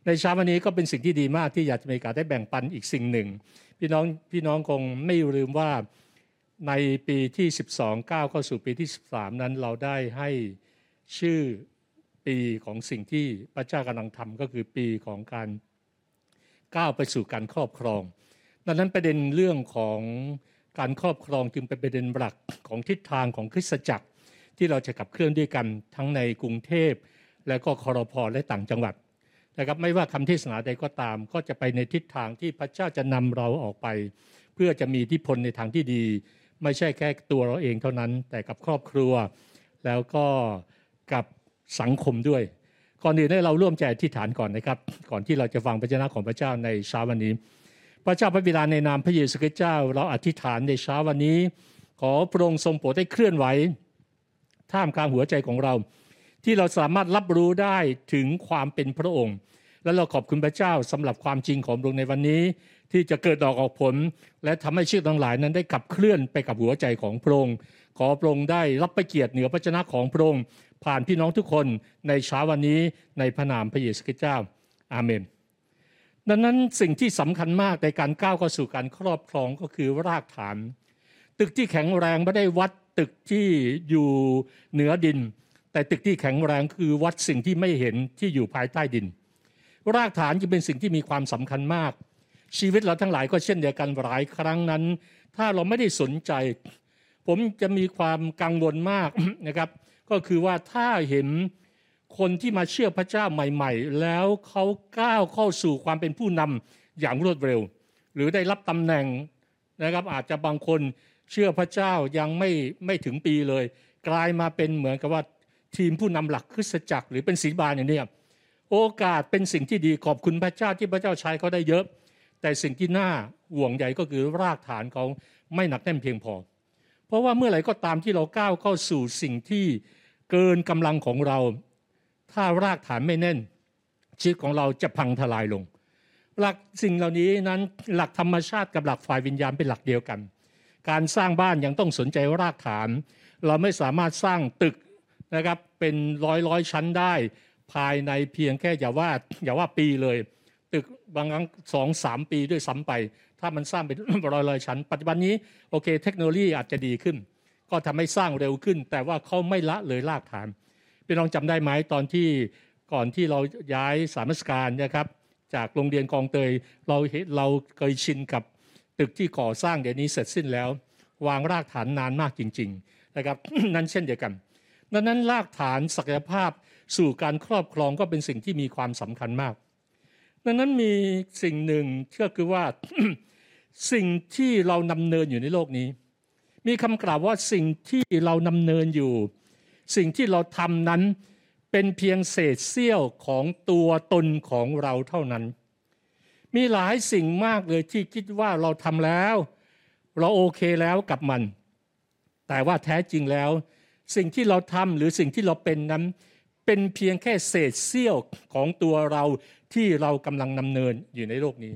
ในเช้าวันนี้ก็เป็นสิ่งที่ดีมากที่อยากจะมีโอกาสได้แบ่งปันอีกสิ่งหนึ่งพี่น้องคงไม่ลืมว่าในปีที่12ก้าวเข้าสู่ปีที่13นั้นเราได้ให้ชื่อปีของสิ่งที่พระเจ้ากำลังทำก็คือปีของการก้าวไปสู่การครอบครองดังนั้นประเด็นเรื่องของการครอบครองจึงเป็นประเด็นหลักของทิศทางของคริสตจักรที่เราจะขับเคลื่อนด้วยกันทั้งในกรุงเทพและก็ครพ.และต่างจังหวัดนะครับไม่ว่าคำเทศนาใดก็ตามก็จะไปในทิศทางที่พระเจ้าจะนำเราออกไปเพื่อจะมีอิทธิพลในทางที่ดีไม่ใช่แค่ตัวเราเองเท่านั้นแต่กับครอบครัวแล้วก็กับสังคมด้วยก่อนอื่นให้เราร่วมใจอธิษฐานก่อนนะครับก่อนที่เราจะฟังพระเจ้าของพระเจ้าในเช้าวันนี้พระเจ้าพระบิดาในนามพระเยซูคริสต์เจ้าเราอธิษฐานในเช้าวันนี้ขอพระองค์ทรงโปรดได้เคลื่อนไหวท่ามกลางหัวใจของเราที่เราสามารถรับรู้ได้ถึงความเป็นพระองค์และเราขอบคุณพระเจ้าสำหรับความจริงของพระองค์ในวันนี้ที่จะเกิดดอกออกผลและทำให้ชีวิตทั้งหลายนั้นได้ขับเคลื่อนไปกับหัวใจของพระองค์ขอพระองค์ได้รับพระเกียรติเหนือพระชนะของพระองค์ผ่านพี่น้องทุกคนในเช้าวันนี้ในพระนามพระเยซูคริสต์เจ้าอาเมนดังนั้นสิ่งที่สำคัญมากในการก้าวเข้าสู่การครอบครองก็คือรากฐานตึกที่แข็งแรงไม่ได้วัดตึกที่อยู่เหนือดินแต่ตึกที่แข็งแรงคือวัดสิ่งที่ไม่เห็นที่อยู่ภายใต้ดินรากฐานจึงเป็นสิ่งที่มีความสำคัญมากชีวิตเราทั้งหลายก็เช่นเดียวกันหลายครั้งนั้นถ้าเราไม่ได้สนใจผมจะมีความกังวลมากนะครับก็คือว่าถ้าเห็นคนที่มาเชื่อพระเจ้าใหม่ๆแล้วเขาก้าวเข้าสู่ความเป็นผู้นำอย่างรวดเร็วหรือได้รับตำแหน่งนะครับอาจจะบางคนเชื่อพระเจ้ายังไม่ถึงปีเลยกลายมาเป็นเหมือนกับว่าทีมผู้นำหลักคริสตจักรหรือเป็นศิษย์บาลอย่างนี้โอกาสเป็นสิ่งที่ดีขอบคุณพระเจ้าที่พระเจ้าใช้เขาได้เยอะแต่สิ่งที่น่าห่วงใยก็คือรากฐานเขาไม่หนักแน่นเพียงพอเพราะว่าเมื่อไหร่ก็ตามที่เราก้าวเข้าสู่สิ่งที่เกินกำลังของเราถ้ารากฐานไม่แน่นชีวิตของเราจะพังทลายลงหลักสิ่งเหล่านี้นั้นหลักธรรมชาติกับหลักฝ่ายวิญญาณเป็นหลักเดียวกันการสร้างบ้านยังต้องสนใจรากฐานเราไม่สามารถสร้างตึกนะครับเป็นร้อยชั้นได้ภายในเพียงแค่อย่าว่าปีเลยตึกบางครั้ง 2-3 ปีด้วยซ้ำไปถ้ามันสร้างเป็นร้อยชั้นปัจจุบันนี้โอเคเทคโนโลยีอาจจะดีขึ้นก็ทำให้สร้างเร็วขึ้นแต่ว่าเขาไม่ละเลยรากฐานพี่น้องจำได้ไหมตอนที่ก่อนที่เราย้ายสามนมัสการนะครับจากโรงเรียนคลองเตยเราเคยชินกับตึกที่ก่อสร้างเดี๋ยวนี้เสร็จสิ้นแล้ววางรากฐานนานมากจริงๆนะครับ นั่นเช่นเดียวกันดังนั้นรากฐานศักยภาพสู่การครอบครองก็เป็นสิ่งที่มีความสำคัญมากดังนั้นมีสิ่งหนึ่งก็คือว่า สิ่งที่เราดำเนินอยู่ในโลกนี้มีคำกล่าวว่าสิ่งที่เราดำเนินอยู่สิ่งที่เราทำนั้นเป็นเพียงเศษเสี้ยวของตัวตนของเราเท่านั้นมีหลายสิ่งมากเลยที่คิดว่าเราทำแล้วเราโอเคแล้วกับมันแต่ว่าแท้จริงแล้วสิ่งที่เราทำหรือสิ่งที่เราเป็นนั้นเป็นเพียงแค่เศษเสี้ยวของตัวเราที่เรากำลังดำเนินอยู่ในโลกนี้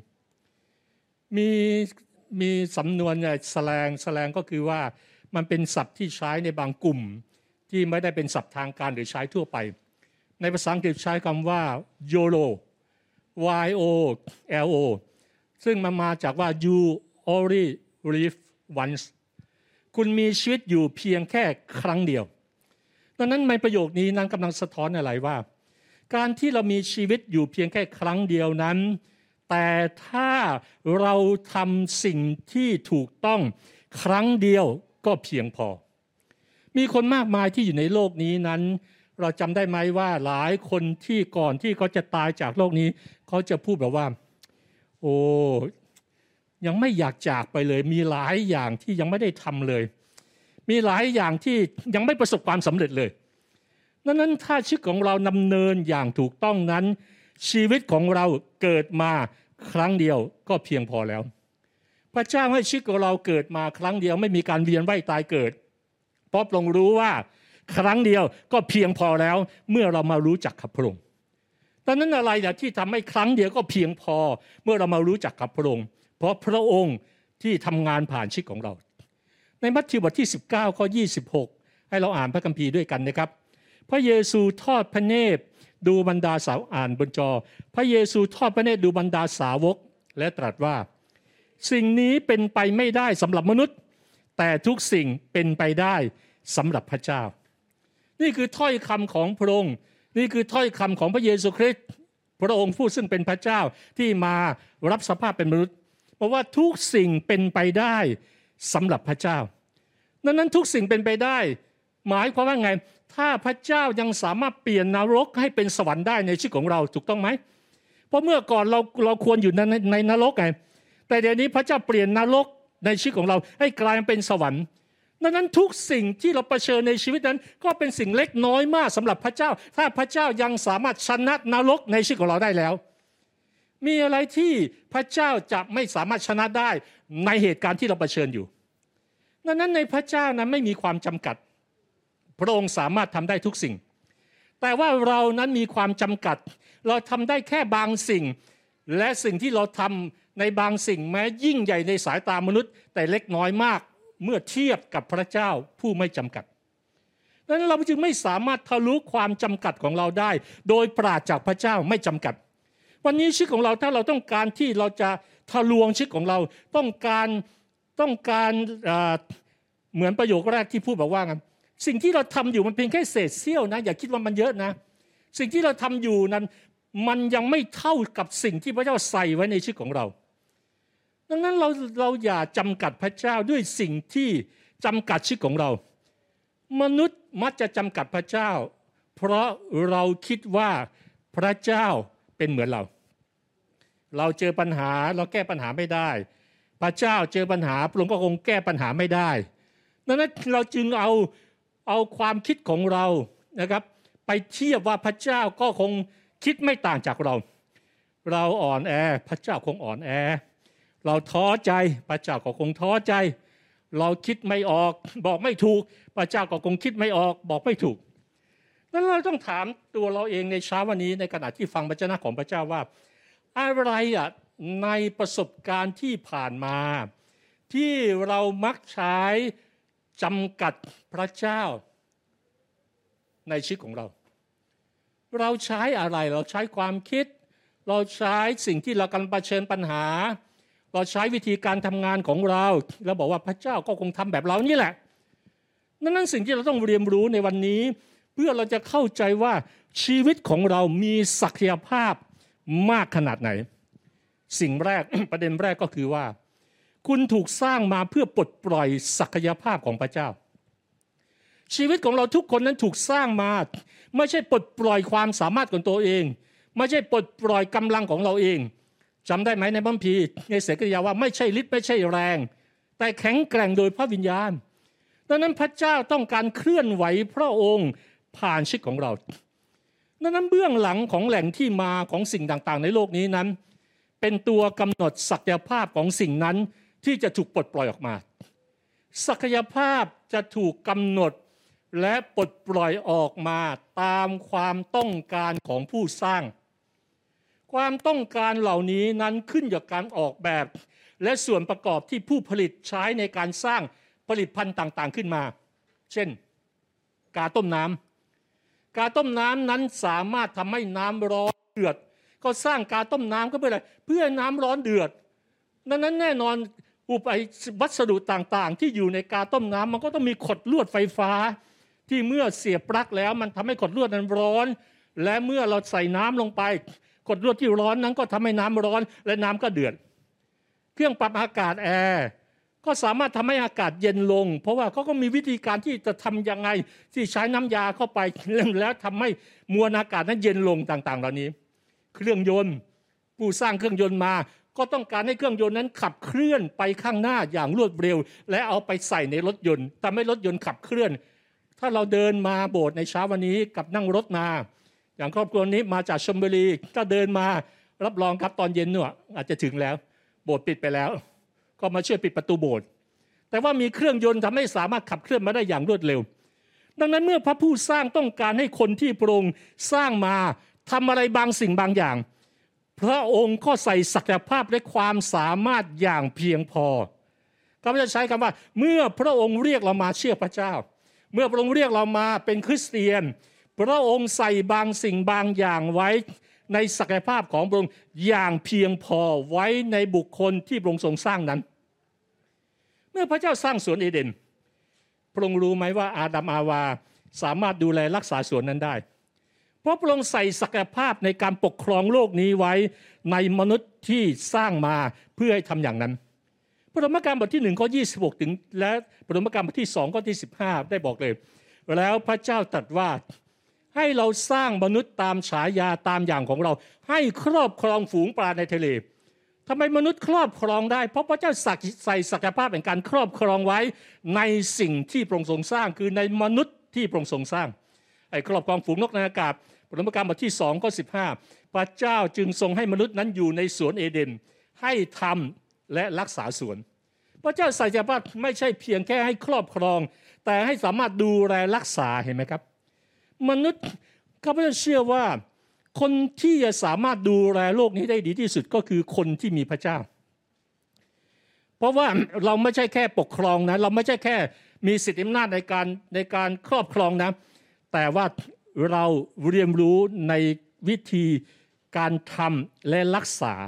มีสำนวนแสลงก็คือว่ามันเป็นศัพท์ที่ใช้ในบางกลุ่มที่ไม่ได้เป็นศัพท์ทางการหรือใช้ทั่วไปในภาษาอังกฤษใช้คำว่า YOLO Y-O-L-O ซึ่งมันมาจากว่า you only live once คุณมีชีวิตอยู่เพียงแค่ครั้งเดียวดังนั้นในประโยคนี้นั้นกำลังสะท้อนอะไรว่าการที่เรามีชีวิตอยู่เพียงแค่ครั้งเดียวนั้นแต่ถ้าเราทำสิ่งที่ถูกต้องครั้งเดียวก็เพียงพอมีคนมากมายที่อยู่ในโลกนี้นั้นเราจำได้ไหมว่าหลายคนที่ก่อนที่เขาจะตายจากโลกนี้เขาจะพูดแบบว่าโอ้ยังไม่อยากจากไปเลยมีหลายอย่างที่ยังไม่ได้ทำเลยมีหลายอย่างที่ยังไม่ประสบความสำเร็จเลยดังนั้นถ้าชีวิตของเราดำเนินอย่างถูกต้องนั้นชีวิตของเราเกิดมาครั้งเดียวก็เพียงพอแล้วพระเจ้าให้ชีวิตของเราเกิดมาครั้งเดียวไม่มีการเวียนว่ายตายเกิดเพราะพระองค์รู้ว่าครั้งเดียวก็เพียงพอแล้วเมื่อเรามารู้จักพระองค์ดังนั้นอะไรที่ทำให้ครั้งเดียวก็เพียงพอเมื่อเรามารู้จักพระองค์เพราะพระองค์ที่ทำงานผ่านชีวิตของเราในมัทธิวบทที่19ข้อ26ให้เราอ่านพระคัมภีร์ด้วยกันนะครับพระเยซูทอดพระเนตรดูบรรดาสาวอ่านบนจอพระเยซูทอดพระเนตรดูบรรดาสาวกและตรัสว่าสิ่งนี้เป็นไปไม่ได้สำหรับมนุษย์แต่ทุกสิ่งเป็นไปได้สำหรับพระเจ้านี่คือถ้อยคำของพระองค์นี่คือถ้อยคำของพระเยซูคริสต์พระองค์ผู้ซึ่งเป็นพระเจ้าที่มารับสภาพเป็นมนุษย์เพราะว่าทุกสิ่งเป็นไปได้สำหรับพระเจ้าดังนั้นทุกสิ่งเป็นไปได้หมายความว่าไงถ้าพระเจ้ายังสามารถเปลี่ยนนรกให้เป็นสวรรค์ได้ในชีวิตของเราถูกต้องไหมเพราะเมื่อก่อนเราควรอยู่ในนรกไงแต่เดี๋ยวนี้พระเจ้าเปลี่ยนนรกในชีวิตของเราให้กลายเป็นสวรรค์ดังนั้นทุกสิ่งที่เราเผชิญในชีวิตนั้นก็เป็นสิ่งเล็กน้อยมากสำหรับพระเจ้าถ้าพระเจ้ายังสามารถชนะนรกในชีวิตของเราได้แล้วมีอะไรที่พระเจ้าจะไม่สามารถชนะได้ในเหตุการณ์ที่เราเผชิญอยู่ดังนั้นในพระเจ้านั้นไม่มีความจำกัดพระองค์สามารถทำได้ทุกสิ่งแต่ว่าเรานั้นมีความจำกัดเราทำได้แค่บางสิ่งและสิ่งที่เราทำในบางสิ่งแม้ยิ่งใหญ่ในสายตามนุษย์แต่เล็กน้อยมากเมื่อเทียบกับพระเจ้าผู้ไม่จำกัดดังนั้นเราจึงไม่สามารถทะลุความจำกัดของเราได้โดยปราศจากพระเจ้าไม่จำกัดวันนี้ชีวิตของเราถ้าเราต้องการที่เราจะทะลวงชีวิตของเราต้องการเหมือนประโยคแรกที่พูดบอกว่าสิ่งที่เราทำอยู่มันเพียงแค่เศษเสี้ยวนะอย่าคิดว่ามันเยอะนะสิ่งที่เราทำอยู่นั้นมันยังไม่เท่ากับสิ่งที่พระเจ้าใส่ไว้ในชีวิตของเราดังนั้นเราอย่าจำกัดพระเจ้าด้วยสิ่งที่จำกัดชีวิตของเรามนุษย์มักจะจำกัดพระเจ้าเพราะเราคิดว่าพระเจ้าเป็นเหมือนเราเจอปัญหาเราแก้ปัญหาไม่ได้พระเจ้าเจอปัญหาพระองค์ก็คงแก้ปัญหาไม่ได้ดังนั้นเราจึงเอาความคิดของเรานะครับไปเทียบว่าพระเจ้าก็คงคิดไม่ต่างจากเราอ่อนแอพระเจ้าคงอ่อนแอเราท้อใจพระเจ้าก็คงท้อใจเราคิดไม่ออกบอกไม่ถูกพระเจ้าก็คงคิดไม่ออกบอกไม่ถูกนั้นเราต้องถามตัวเราเองในเช้าวันนี้ในขณะที่ฟังพระเจ้าของพระเจ้าว่าอะไรในประสบการณ์ที่ผ่านมาที่เรามักใช้จำกัดพระเจ้าในชีวิตของเราใช้อะไรเราใช้ความคิดเราใช้สิ่งที่เรากำลังเผชิญปัญหาเราใช้วิธีการทำงานของเราบอกว่าพระเจ้าก็คงทำแบบเรานี่แหละนั่นสิ่งที่เราต้องเรียนรู้ในวันนี้เพื่อเราจะเข้าใจว่าชีวิตของเรามีศักยภาพมากขนาดไหนสิ่งแรก ประเด็นแรกก็คือว่าคุณถูกสร้างมาเพื่อปลดปล่อยศักยภาพของพระเจ้าชีวิตของเราทุกคนนั้นถูกสร้างมาไม่ใช่ปลดปล่อยความสามารถของตัวเองไม่ใช่ปลดปล่อยกำลังของเราเองจำได้ไหมในพระคัมภีร์ในเสกยาว่าไม่ใช่ฤทธิ์ไม่ใช่แรงแต่แข็งแกร่งโดยพระวิญญาณดังนั้นพระเจ้าต้องการเคลื่อนไหวพระองค์ผ่านชีวิตของเราดังนั้นเบื้องหลังของแหล่งที่มาของสิ่งต่างๆในโลกนี้นั้นเป็นตัวกำหนดศักยภาพของสิ่งนั้นที่จะถูกปลดปล่อยออกมาศักยภาพจะถูกกำหนดและปลดปล่อยออกมาตามความต้องการของผู้สร้างความต้องการเหล่านี้นั้นขึ้นจากการออกแบบและส่วนประกอบที่ผู้ผลิตใช้ในการสร้างผลิตภัณฑ์ต่างๆขึ้นมาเช่นกาต้มน้ำนั้นสามารถทำให้น้ำร้อนเดือดก็สร้างกาต้มน้ำก็เพื่ออะไรเพื่อน้ำร้อนเดือดดังนั้นแน่นอนวัสดุต่างๆที่อยู่ในกาต้มน้ำมันก็ต้องมีขดลวดไฟฟ้าที่เมื่อเสียบปลั๊กแล้วมันทำให้ขดลวดนั้นร้อนและเมื่อเราใส่น้ำลงไปขดลวดที่ร้อนนั้นก็ทำให้น้ำร้อนและน้ำก็เดือดเครื่องปรับอากาศแอร์ก็สามารถทำให้อากาศเย็นลงเพราะว่าเขาก็มีวิธีการที่จะทำยังไงที่ใช้น้ำยาเข้าไปแล้วทำให้มวลอากาศนั้นเย็นลงต่างๆเหล่านี้เครื่องยนต์ผู้สร้างเครื่องยนต์มาก็ต้องการให้เครื่องยนต์นั้นขับเคลื่อนไปข้างหน้าอย่างรวดเร็วและเอาไปใส่ในรถยนต์ทำให้รถยนต์ขับเคลื่อนถ้าเราเดินมาโบสถ์ในเช้าวันนี้กับนั่งรถมาอย่างครอบครัวนี้มาจากชลบุรีถ้าเดินมารับรองครับตอนเย็นเนี่ยอาจจะถึงแล้วโบสถ์ปิดไปแล้วก็มาช่วยปิดประตูโบสถ์แต่ว่ามีเครื่องยนต์ทำให้สามารถขับเคลื่อนมาได้อย่างรวดเร็วดังนั้นเมื่อพระผู้สร้างต้องการให้คนที่พระองค์สร้างมาทำอะไรบางสิ่งบางอย่างพระองค์ก็ใส่ศักยภาพและความสามารถอย่างเพียงพอก็จะใช้คำว่าเมื่อพระองค์เรียกเรามาเชื่อพระเจ้าเมื่อพระองค์เรียกเรามาเป็นคริสเตียนพพระองค์ใส่บางสิ่งบางอย่างไว้ในศักยภาพของพระองค์อย่างเพียงพอไว้ในบุคคลที่พระองค์ทรงสร้างนั้นเมื่อพระเจ้าสร้างสวนเอเดนพระองค์รู้ไหมว่าอาดัมอาวาสามารถดูแลรักษาสวนนั้นได้เพราะพระองค์ใส่ศักยภาพในการปกครองโลกนี้ไว้ในมนุษย์ที่สร้างมาเพื่อให้ทำอย่างนั้นพระธรรมกาลบทที่1ข้อ26ถึงและพระธรรมกาลบทที่2ข้อที่15ได้บอกเลยแล้วพระเจ้าตรัสว่าให้เราสร้างมนุษย์ตามฉายาตามอย่างของเราให้ครอบครองฝูงปลาในทะเลทำไมมนุษย์ครอบครองได้เพราะพระเจ้าใส่ศักยภาพแห่งการครอบครองไว้ในสิ่งที่พระองค์ทรงสร้างคือในมนุษย์ที่พระองค์ทรงสร้างไอ้ครอบครองฝูงนกในอากาศพระธรรมกาลบทที่2ข้อ15พระเจ้าจึงทรงให้มนุษย์นั้นอยู่ในสวนเอเดนให้ทำและรักษาสวนพระเจ้าใส่ศักยภาพไม่ใช่เพียงแค่ให้ครอบครองแต่ให้สามารถดูแลรักษาเห็นไหมครับมนุษย์ข้าพเจ้าเชื่อว่าคนที่จะสามารถดูแลโลกนี้ได้ดีที่สุดก็คือคนที่มีพระเจ้าเพราะว่าเราไม่ใช่แค่ปกครองนะเราไม่ใช่แค่มีสิทธิอำนาจในการครอบครองนะแต่ว่าเราเรียนรู้ในวิธีการทำและรักษา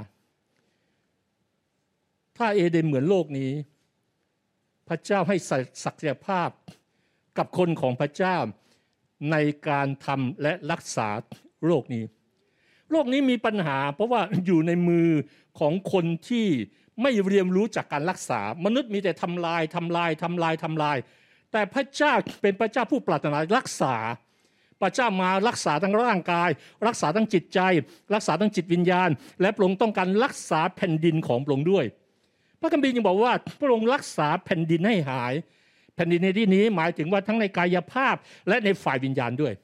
ถ้าเอเดนเหมือนโลกนี้พระเจ้าให้ศักยภาพกับคนของพระเจ้าในการทำและรักษาโลกนี้มีปัญหาเพราะว่าอยู่ในมือของคนที่ไม่เรียนรู้จากการรักษามนุษย์มีแต่ทำลายแต่พระเจ้าเป็นพระเจ้าผู้ปรารถนารักษาพระเจ้ามารักษาทั้งร่างกายรักษาทั้งจิตใจรักษาทั้งจิตวิญญาณและพระองค์ต้องการรักษาแผ่นดินของพระองค์ด้วยพระคัมภีร์ยังบอกว่าพระองค์รักษาแผ่นดินให้หายแผ่นดินในที่นี้หมายถึงว่าทั้งในกายภาพและในฝ่ายวิญญาณด้วย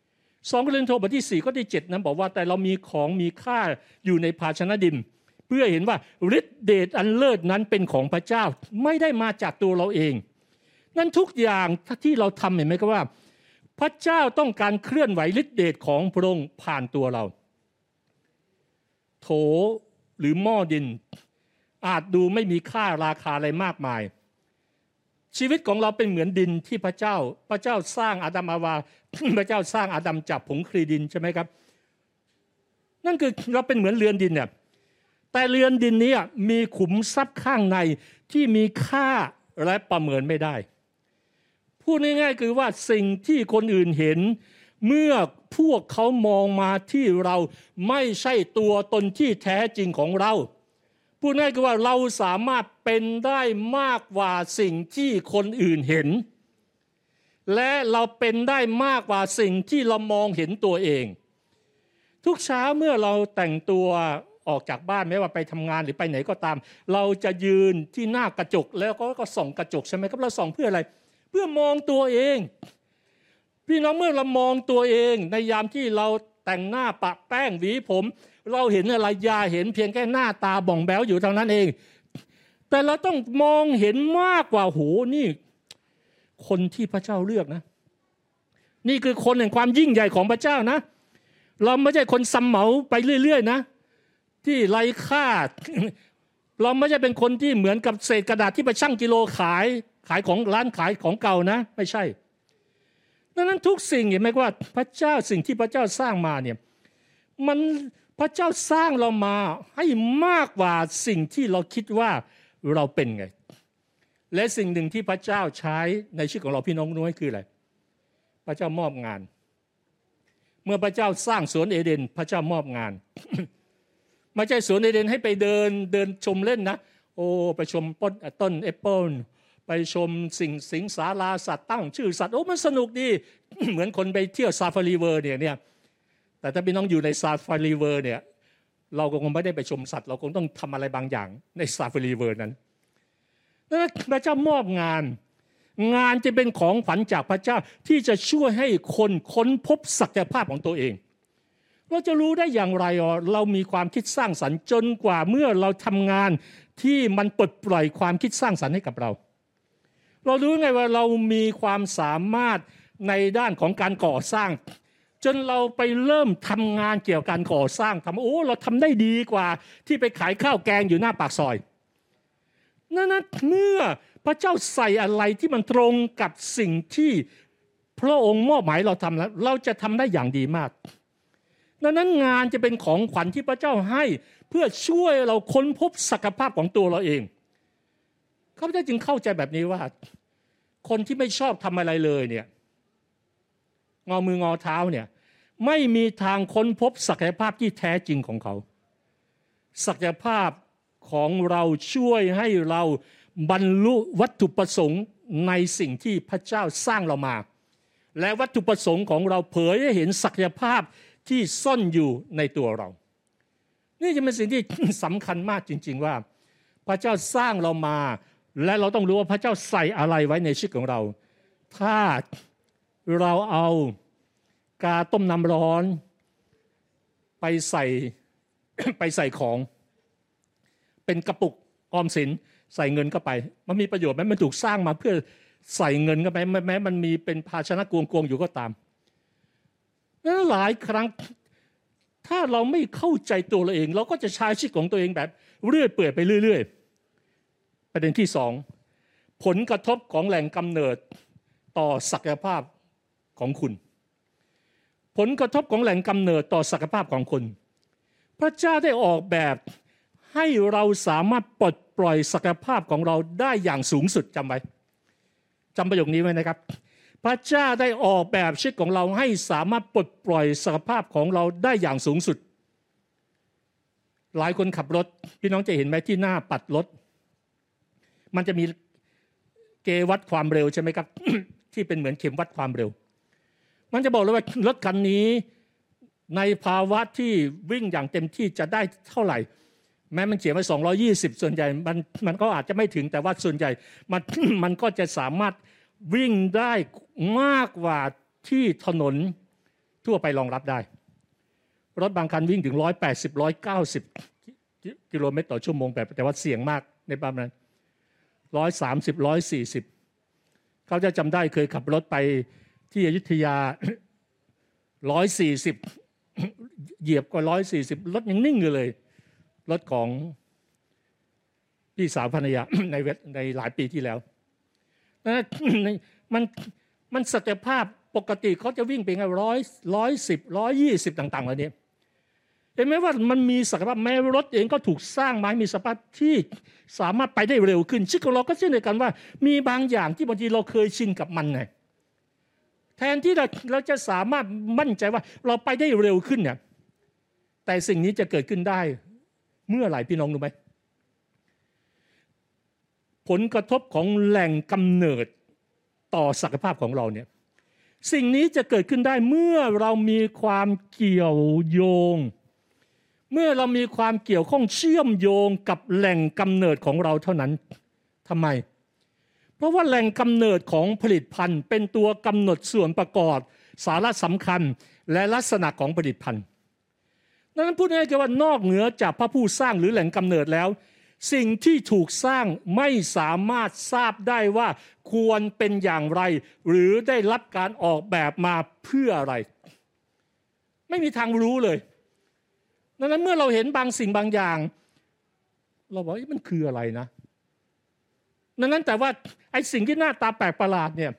2 โครินธ์บทที่4ข้อที่7นั้นบอกว่าแต่เรามีของมีค่าอยู่ในภาชนะดินเพื่อเห็นว่าฤทธิเดชอันเลิศนั้นเป็นของพระเจ้าไม่ได้มาจากตัวเราเองนั่นทุกอย่างที่เราทำเห็นไหมครับว่าพระเจ้าต้องการเคลื่อนไหวฤทธิเดชของพระองค์ผ่านตัวเราโถหรือหม้อดินอาจดูไม่มีค่าราคาอะไรมากมายชีวิตของเราเป็นเหมือนดินที่พระเจ้าสร้างอาดัมอาวาพระเจ้าสร้างอาดัมจากผงคลีดินใช่ไหมครับนั่นคือเราเป็นเหมือนเรือนดินเนี่ยแต่เรือนดินนี้มีขุมทรัพย์ข้างในที่มีค่าและประเมินไม่ได้พูดง่ายๆคือว่าสิ่งที่คนอื่นเห็นเมื่อพวกเขามองมาที่เราไม่ใช่ตัวตนที่แท้จริงของเราพูดง่ายคือว่าเราสามารถเป็นได้มากกว่าสิ่งที่คนอื่นเห็นและเราเป็นได้มากกว่าสิ่งที่เรามองเห็นตัวเองทุกเช้าเมื่อเราแต่งตัวออกจากบ้านไม่ว่าไปทำงานหรือไปไหนก็ตามเราจะยืนที่หน้ากระจกแล้วก็ส่องกระจกใช่ไหมครับเราส่องเพื่ออะไรเพื่อมองตัวเองพี่น้องเมื่อเรามองตัวเองในยามที่เราแต่งหน้าปะแป้งหวีผมเราเห็นอะไรอย่าเห็นเพียงแค่หน้าตาบ่องแบ้วอยู่เท่านั้นเองแต่เราต้องมองเห็นมากกว่าโหนี่คนที่พระเจ้าเลือกนะนี่คือคนแห่งความยิ่งใหญ่ของพระเจ้านะเราไม่ใช่คนซ้ำเหมาไปเรื่อยๆนะที่ไร้ค่าเราไม่ใช่เป็นคนที่เหมือนกับเศษกระดาษที่ไปชั่งกิโลขายของร้านขายของเก่านะไม่ใช่ดังนั้นทุกสิ่งเห็นไหมว่าพระเจ้าสิ่งที่พระเจ้าสร้างมาเนี่ยมันพระเจ้าสร้างเรามาให้มากกว่าสิ่งที่เราคิดว่าเราเป็นไงและสิ่งหนึ่งที่พระเจ้าใช้ในชีวิตของเราพี่น้องน้อยคืออะไรพระเจ้ามอบงานเมื่อพระเจ้าสร้างสวนเอเดนพระเจ้ามอบงาน ไม่ใช่สวนเอเดนให้ไปเดินชมเล่นนะโอ้ไปชมต้นแอปเปิลไปชมสิงสาราสัตว์ตั้งชื่อสัตว์โอ้มันสนุกดี เหมือนคนไปเที่ยวซาฟารีเวิร์เนี่ยแต่ถ้าพี่น้องอยู่ในซาฟารีเวิร์เนี่ยเราคงไม่ได้ไปชมสัตว์เราคงต้องทำอะไรบางอย่างในซาฟารีเวิร์นั้นพระเจ้ามอบงานจะเป็นของขวัญจากพระเจ้าที่จะช่วยให้คนค้นพบศักยภาพของตัวเองเราจะรู้ได้อย่างไรเรามีความคิดสร้างสรรค์จนกว่าเมื่อเราทำงานที่มันปลดปล่อยความคิดสร้างสรรค์ให้กับเรารู้ไงว่าเรามีความสามารถในด้านของการก่อสร้างจนเราไปเริ่มทำงานเกี่ยวกับการก่อสร้างเราทำได้ดีกว่าที่ไปขายข้าวแกงอยู่หน้าปากซอยนั่นเมื่อพระเจ้าใส่อะไรที่มันตรงกับสิ่งที่พระองค์มอบหมายเราทำแล้วเราจะทำได้อย่างดีมากดังนั้นงานจะเป็นของขวัญที่พระเจ้าให้เพื่อช่วยเราค้นพบศักยภาพของตัวเราเองข้าพเจ้าจึงเข้าใจแบบนี้ว่าคนที่ไม่ชอบทำอะไรเลยเนี่ยงอมืองอเท้าเนี่ยไม่มีทางค้นพบศักยภาพที่แท้จริงของเขาศักยภาพของเราช่วยให้เราบรรลุวัตถุประสงค์ในสิ่งที่พระเจ้าสร้างเรามาและวัตถุประสงค์ของเราเผยให้เห็นศักยภาพที่ซ่อนอยู่ในตัวเรานี่จะเป็นสิ่งที่ สำคัญมากจริงๆว่าพระเจ้าสร้างเรามาและเราต้องรู้ว่าพระเจ้าใส่อะไรไว้ในชีวิตของเราถ้าเราเอากาต้มน้ำร้อนไปใส่ ของเป็นกระปุกออมสินใส่เงินเข้าไปมันมีประโยชน์ไหมมันถูกสร้างมาเพื่อใส่เงินเข้าไปแม้มันมีเป็นภาชนะกวงๆอยู่ก็ตามนั้นหลายครั้งถ้าเราไม่เข้าใจตัวเราเองเราก็จะใช้ชีวิตของตัวเองแบบเรื่อยเปื่อยไปเรื่อยๆประเด็นที่2ผลกระทบของแหล่งกำเนิดต่อศักยภาพของคุณผลกระทบของแหล่งกำเนิดต่อศักยภาพของคุณพระเจ้าได้ออกแบบให้เราสามารถปลดปล่อยศักยภาพของเราได้อย่างสูงสุดจำไว้จำประโยคนี้ไว้นะครับพระเจ้าได้ออกแบบชีวิตของเราให้สามารถปลดปล่อยศักยภาพของเราได้อย่างสูงสุดหลายคนขับรถพี่น้องจะเห็นไหมที่หน้าปัดรถมันจะมีเกจวัดความเร็วใช่ไหมครับ ที่เป็นเหมือนเข็มวัดความเร็วมันจะบอกเลยว่ารถคันนี้ในภาวะที่วิ่งอย่างเต็มที่จะได้เท่าไหร่แม้มันเขียนไว้220ส่วนใหญ่มันก็อาจจะไม่ถึงแต่ว่าส่วนใหญ่มันก็จะสามารถวิ่งได้มากกว่าที่ถนนทั่วไปรองรับได้รถบางคันวิ่งถึง180 190กิโลเมตรต่อชั่วโมงแต่ว่าเสี่ยงมากในประมาณ130 140เขาจะจำได้เคยขับรถไปที่อยุธยา140เหยียบก็140รถยังนิ่งอยู่เลยรถของพี่สาวภรรยา ในหลายปีที่แล้วมันศักยภาพปกติเขาจะวิ่งไปไง110 120ต่างๆเหล่านี้เห็นไหมว่ามันมีศักยภาพแม้รถเองก็ถูกสร้างมามีสภาพที่สามารถไปได้เร็วขึ้นชีวิตของเราก็เช่นเดียวกันว่ามีบางอย่างที่บางทีเราเคยชินกับมันไงแทนที่เราจะสามารถมั่นใจว่าเราไปได้เร็วขึ้นเนี่ยแต่สิ่งนี้จะเกิดขึ้นได้เมื่อไหร่พี่น้องรู้ไหมผลกระทบของแหล่งกำเนิดต่อศักยภาพของเราเนี่ยสิ่งนี้จะเกิดขึ้นได้เมื่อเรามีความเกี่ยวโยงเมื่อเรามีความเกี่ยวข้องเชื่อมโยงกับแหล่งกำเนิดของเราเท่านั้นทำไมเพราะว่าแหล่งกำเนิดของผลิตภัณฑ์เป็นตัวกำหนดส่วนประกอบสาระสำคัญและลักษณะของผลิตภัณฑ์ดังนั้นพูดง่ายๆว่านอกเหนือจากพระผู้สร้างหรือแหล่งกำเนิดแล้วสิ่งที่ถูกสร้างไม่สามารถทราบได้ว่าควรเป็นอย่างไรหรือได้รับการออกแบบมาเพื่ออะไรไม่มีทางรู้เลยดังนั้นเมื่อเราเห็นบางสิ่งบางอย่างเราบอกมันคืออะไรนะดังนั้นแต่ว่าไอ้สิ่งที่หน้าตาแปลกประหลาดเนี่ย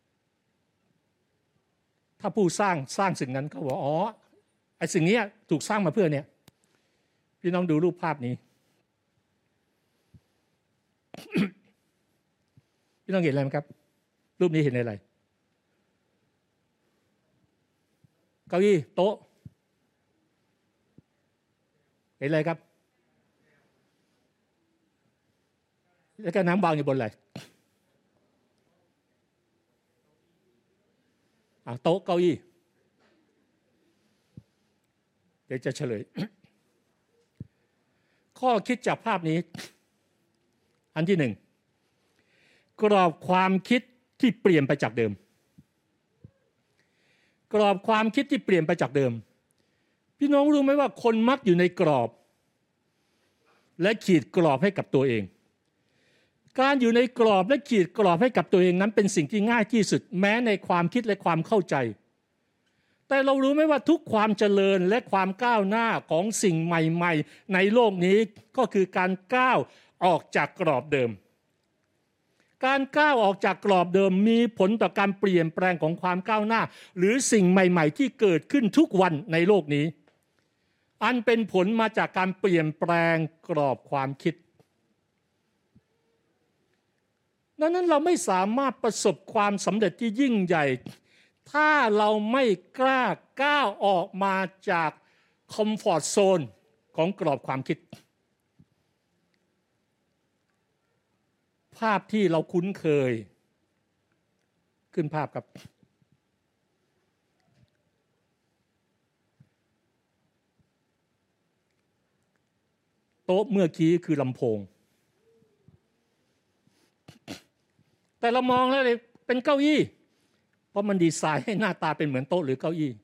ถ้าผู้สร้างสิ่งนั้นเขาบอกอ๋อไอ้สิ่งนี้ถูกสร้างมาเพื่อเนี่ยพี่น้องดูรูปภาพนี้ พี่น้องเห็นอะไรไหมครับรูปนี้เห็นอะไรเก้าอี้โต๊ะเห็นอะไรครับแล้วก็น้ำวางอยู่บนอะไรโต๊ะเก้าอี้เดี๋ยวจะเฉลย ข้อคิดจากภาพนี้อันที่หนึ่งกรอบความคิดที่เปลี่ยนไปจากเดิมกรอบความคิดที่เปลี่ยนไปจากเดิมพี่น้องรู้ไหมว่าคนมักอยู่ในกรอบและขีดกรอบให้กับตัวเองการอยู่ในกรอบและขีดกรอบให้กับตัวเองนั้นเป็นสิ่งที่ง่ายที่สุดแม้ในความคิดและความเข้าใจแต่เรารู้ไหมว่าทุกความเจริญและความก้าวหน้าของสิ่งใหม่ๆในโลกนี้ก็คือการก้าวออกจากกรอบเดิมการก้าวออกจากกรอบเดิมมีผลต่อการเปลี่ยนแปลงของความก้าวหน้าหรือสิ่งใหม่ๆที่เกิดขึ้นทุกวันในโลกนี้อันเป็นผลมาจากการเปลี่ยนแปลงกรอบความคิดดังนั้นเราไม่สามารถประสบความสำเร็จที่ยิ่งใหญ่ถ้าเราไม่กล้าก้าวออกมาจากคอมฟอร์ตโซนของกรอบความคิดภาพที่เราคุ้นเคยขึ้นภาพครับโต๊ะเมื่อกี้คือลำโพงแต่เรามองแล้วเลยเป็นเก้าอี้เพราะมันดีไซน์ให้หน้าตาเป็นเหมือนโต๊ะหรือเก้าอี้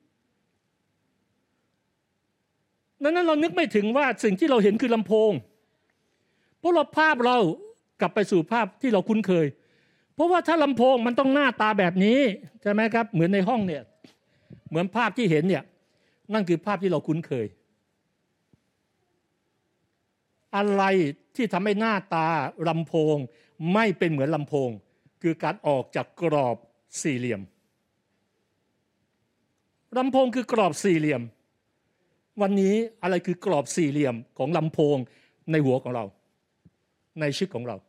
ดังนั้นเรานึกไม่ถึงว่าสิ่งที่เราเห็นคือลำโพงเพราะภาพเรากลับไปสู่ภาพที่เราคุ้นเคยเพราะว่าถ้าลำโพงมันต้องหน้าตาแบบนี้ใช่ไหมครับเหมือนในห้องเนี่ยเหมือนภาพที่เห็นเนี่ยนั่นคือภาพที่เราคุ้นเคยอะไรที่ทำให้หน้าตาลำโพงไม่เป็นเหมือนลำโพงคือการออกจากกรอบสี่เหลี่ยมลำโพงคือกรอบสี่เหลี่ยมวันนี้อะไรคือกรอบสี่เหลี่ยมของลำโพงในหัวของเราในชีวิตของเรา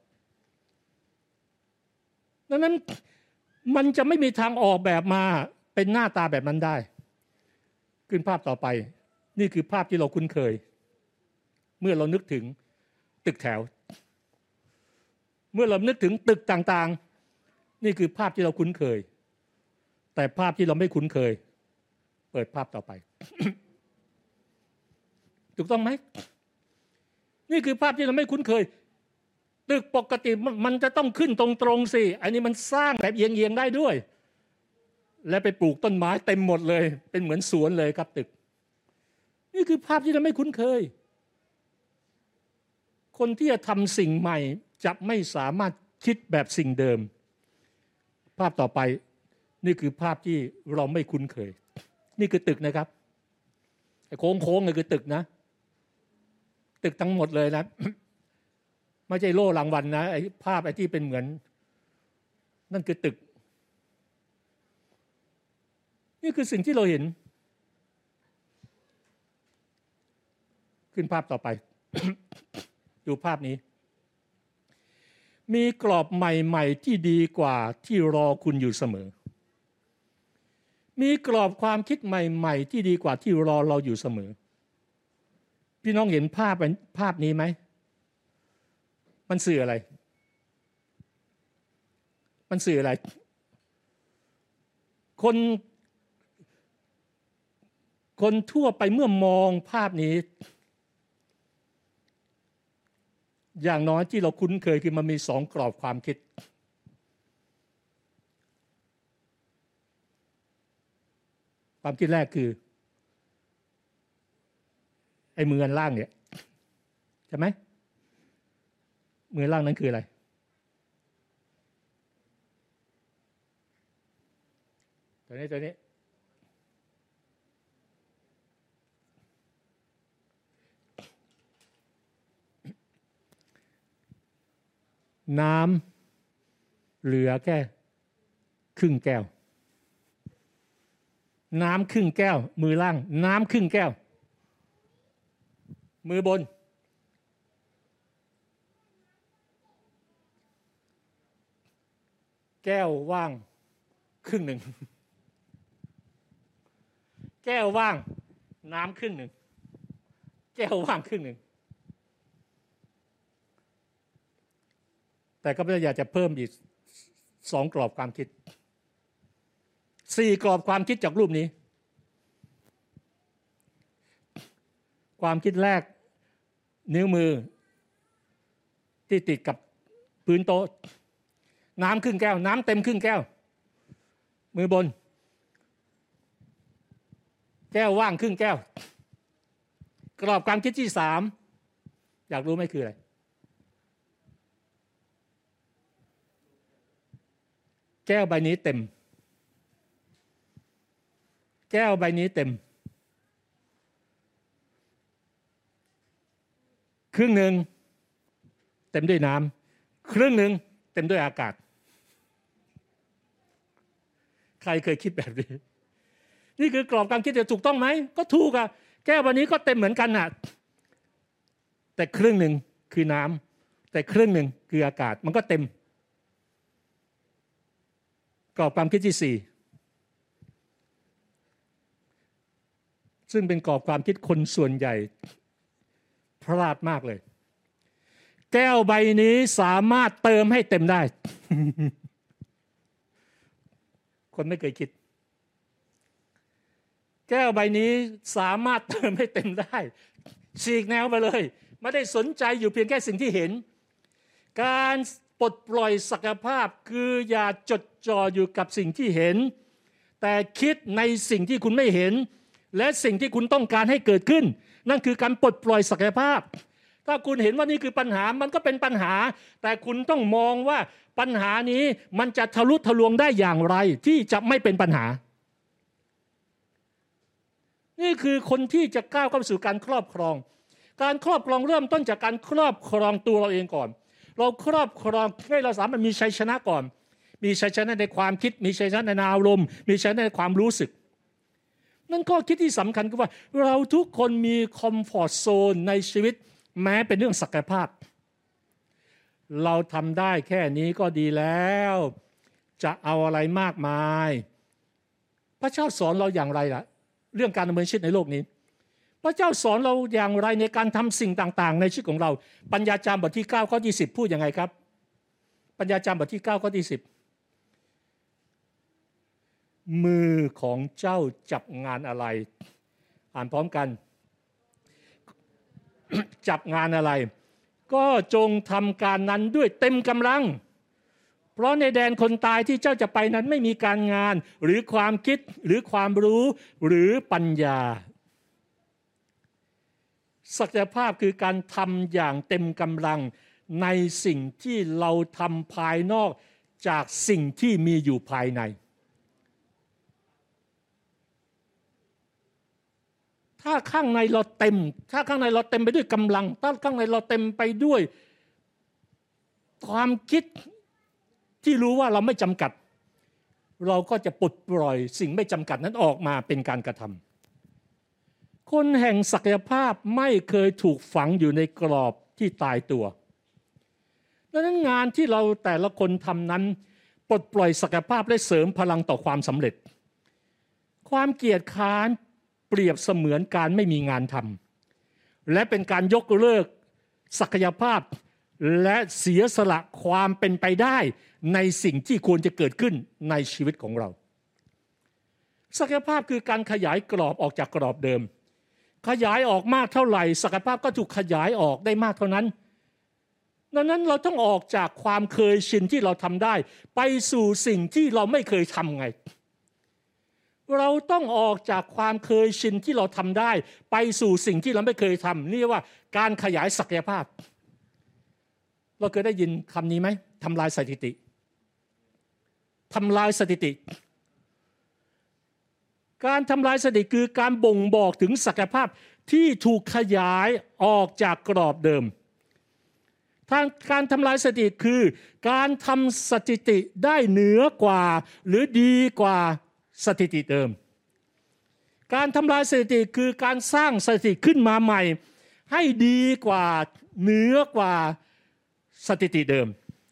ดังนั้นมันจะไม่มีทางออกแบบมาเป็นหน้าตาแบบนั้นได้ขึ้นภาพต่อไปนี่คือภาพที่เราคุ้นเคยเมื่อเรานึกถึงตึกแถวเมื่อเรานึกถึงตึกต่างๆนี่คือภาพที่เราคุ้นเคยแต่ภาพที่เราไม่คุ้นเคยเปิดภาพต่อไป ถูกต้องไหมนี่คือภาพที่เราไม่คุ้นเคยตึกปกติมันจะต้องขึ้นตรงๆสิอันนี้มันสร้างแบบเอียงๆได้ด้วยและไปปลูกต้นไม้เต็มหมดเลยเป็นเหมือนสวนเลยครับตึกนี่คือภาพที่เราไม่คุ้นเคยคนที่จะทำสิ่งใหม่จะไม่สามารถคิดแบบสิ่งเดิมภาพต่อไปนี่คือภาพที่เราไม่คุ้นเคยนี่คือตึกนะครับไอ้โค้งๆนี่คือตึกนะตึกทั้งหมดเลยนะไม่ใช่โล่รางวัลนะไอ้ภาพไอ้ที่เป็นเหมือนนั่นคือตึกนี่คือสิ่งที่เราเห็นขึ้นภาพต่อไป ดูภาพนี้มีกรอบใหม่ๆที่ดีกว่าที่รอคุณอยู่เสมอมีกรอบความคิดใหม่ๆที่ดีกว่าที่รอเราอยู่เสมอพี่น้องเห็นภาพนี้ไหมมันสื่ออะไรมันสื่ออะไรคนทั่วไปเมื่อมองภาพนี้อย่างน้อยที่เราคุ้นเคยคือมันมีสองกรอบความคิดความคิดแรกคือไอ้มืออันล่างเนี่ยใช่ไหมมือล่างนั้นคืออะไรตัวนี้น้ำเหลือแค่ครึ่งแก้วน้ำครึ่งแก้วมือล่างน้ำครึ่งแก้วมือบนแก้วว่างครึ่งหนึ่งแก้วว่างน้ำครึ่งหนึ่งแก้วว่างครึ่งหนึ่งแต่ก็ไม่อยากจะเพิ่มอีก2กรอบความคิด4กรอบความคิดจากรูปนี้ความคิดแรกนิ้วมือที่ติดกับพื้นโต๊ะน้ำครึ่งแก้วน้ำเต็มครึ่งแก้วมือบนแก้วว่างครึ่งแก้วกรอบความคิดที่3อยากรู้ไหมคืออะไรแก้วใบนี้เต็มแก้วใบนี้เต็มครึ่งหนึ่งเต็มด้วยน้ำครึ่งหนึ่งเต็มด้วยอากาศใครเคยคิดแบบนี้นี่คือกรอบการคิดจะถูกต้องไหมก็ถูกอะแก้ววันนี้ก็เต็มเหมือนกันน่ะแต่ครึ่งหนึ่งคือน้ำแต่ครึ่งหนึ่งคืออากาศมันก็เต็มกรอบความคิดที่สี่ซึ่งเป็นกรอบความคิดคนส่วนใหญ่พลาดมากเลยแก้วใบนี้สามารถเติมให้เต็มได้ คนไม่เคยคิดแก้วใบนี้สามารถเติมให้เต็มได้ฉีกแนวไปเลยไม่ได้สนใจอยู่เพียงแค่สิ่งที่เห็นการปลดปล่อยศักยภาพคืออย่าจดจ่ออยู่กับสิ่งที่เห็นแต่คิดในสิ่งที่คุณไม่เห็นและสิ่งที่คุณต้องการให้เกิดขึ้นนั่นคือการปลดปล่อยศักยภาพถ้าคุณเห็นว่านี่คือปัญหามันก็เป็นปัญหาแต่คุณต้องมองว่าปัญหานี้มันจะทะลุทะลวงได้อย่างไรที่จะไม่เป็นปัญหานี่คือคนที่จะก้าวเข้าสู่การครอบครองการครอบครองเริ่มต้นจากการครอบครองตัวเราเองก่อนเราครอบครองให้เราสามารถมีชัยชนะก่อนมีชัยชนะในความคิดมีชัยชนะในอารมณ์มีชัยชนะในความรู้สึกนั่นข้อคิดที่สำคัญคือว่าเราทุกคนมีคอมฟอร์ตโซนในชีวิตแม้เป็นเรื่องศักยภาพเราทำได้แค่นี้ก็ดีแล้วจะเอาอะไรมากมายพระเจ้าสอนเราอย่างไรล่ะเรื่องการดำเนินชีวิตในโลกนี้พระเจ้าสอนเราอย่างไรในการทำสิ่งต่างๆในชีวิตของเราปัญญาจารย์บทที่9ข้อที่10พูดยังไงครับปัญญาจารย์บทที่9ข้อที่10มือของเจ้าจับงานอะไรอ่านพร้อมกัน จับงานอะไรก็จงทำการนั้นด้วยเต็มกำลังเพราะในแดนคนตายที่เจ้าจะไปนั้นไม่มีการงานหรือความคิดหรือความรู้หรือปัญญาศักยภาพคือการทำอย่างเต็มกำลังในสิ่งที่เราทำภายนอกจากสิ่งที่มีอยู่ภายในถ้าข้างในเราเต็มถ้าข้างในเราเต็มไปด้วยกำลังถ้าข้างในเราเต็มไปด้วยความคิดที่รู้ว่าเราไม่จำกัดเราก็จะปลดปล่อยสิ่งไม่จำกัดนั้นออกมาเป็นการกระทำคนแห่งศักยภาพไม่เคยถูกฝังอยู่ในกรอบที่ตายตัวดังนั้นงานที่เราแต่ละคนทำนั้นปลดปล่อยศักยภาพและเสริมพลังต่อความสำเร็จความเกียจคร้านเปรียบเสมือนการไม่มีงานทำและเป็นการยกเลิกศักยภาพและเสียสละความเป็นไปได้ในสิ่งที่ควรจะเกิดขึ้นในชีวิตของเราศักยภาพคือการขยายกรอบออกจากกรอบเดิมขยายออกมากเท่าไหร่ศักยภาพก็ถูกขยายออกได้มากเท่านั้นดังนั้นเราต้องออกจากความเคยชินที่เราทำได้ไปสู่สิ่งที่เราไม่เคยทำไงเราต้องออกจากความเคยชินที่เราทำได้ไปสู่สิ่งที่เราไม่เคยทำนี่ว่าการขยายศักยภาพเราเคยได้ยินคำนี้ไหมทำลายสถิติทำลายสถิติการทำลายสถิติคือการบ่งบอกถึงศักยภาพที่ถูกขยายออกจากกรอบเดิมการทำลายสถิติคือการทำสถิติได้เหนือกว่าหรือดีกว่าสถิติเดิมการทำลายสถิติคือการสร้างสถิติขึ้นมาใหม่ให้ดีกว่าเหนือกว่าสถิติเดิม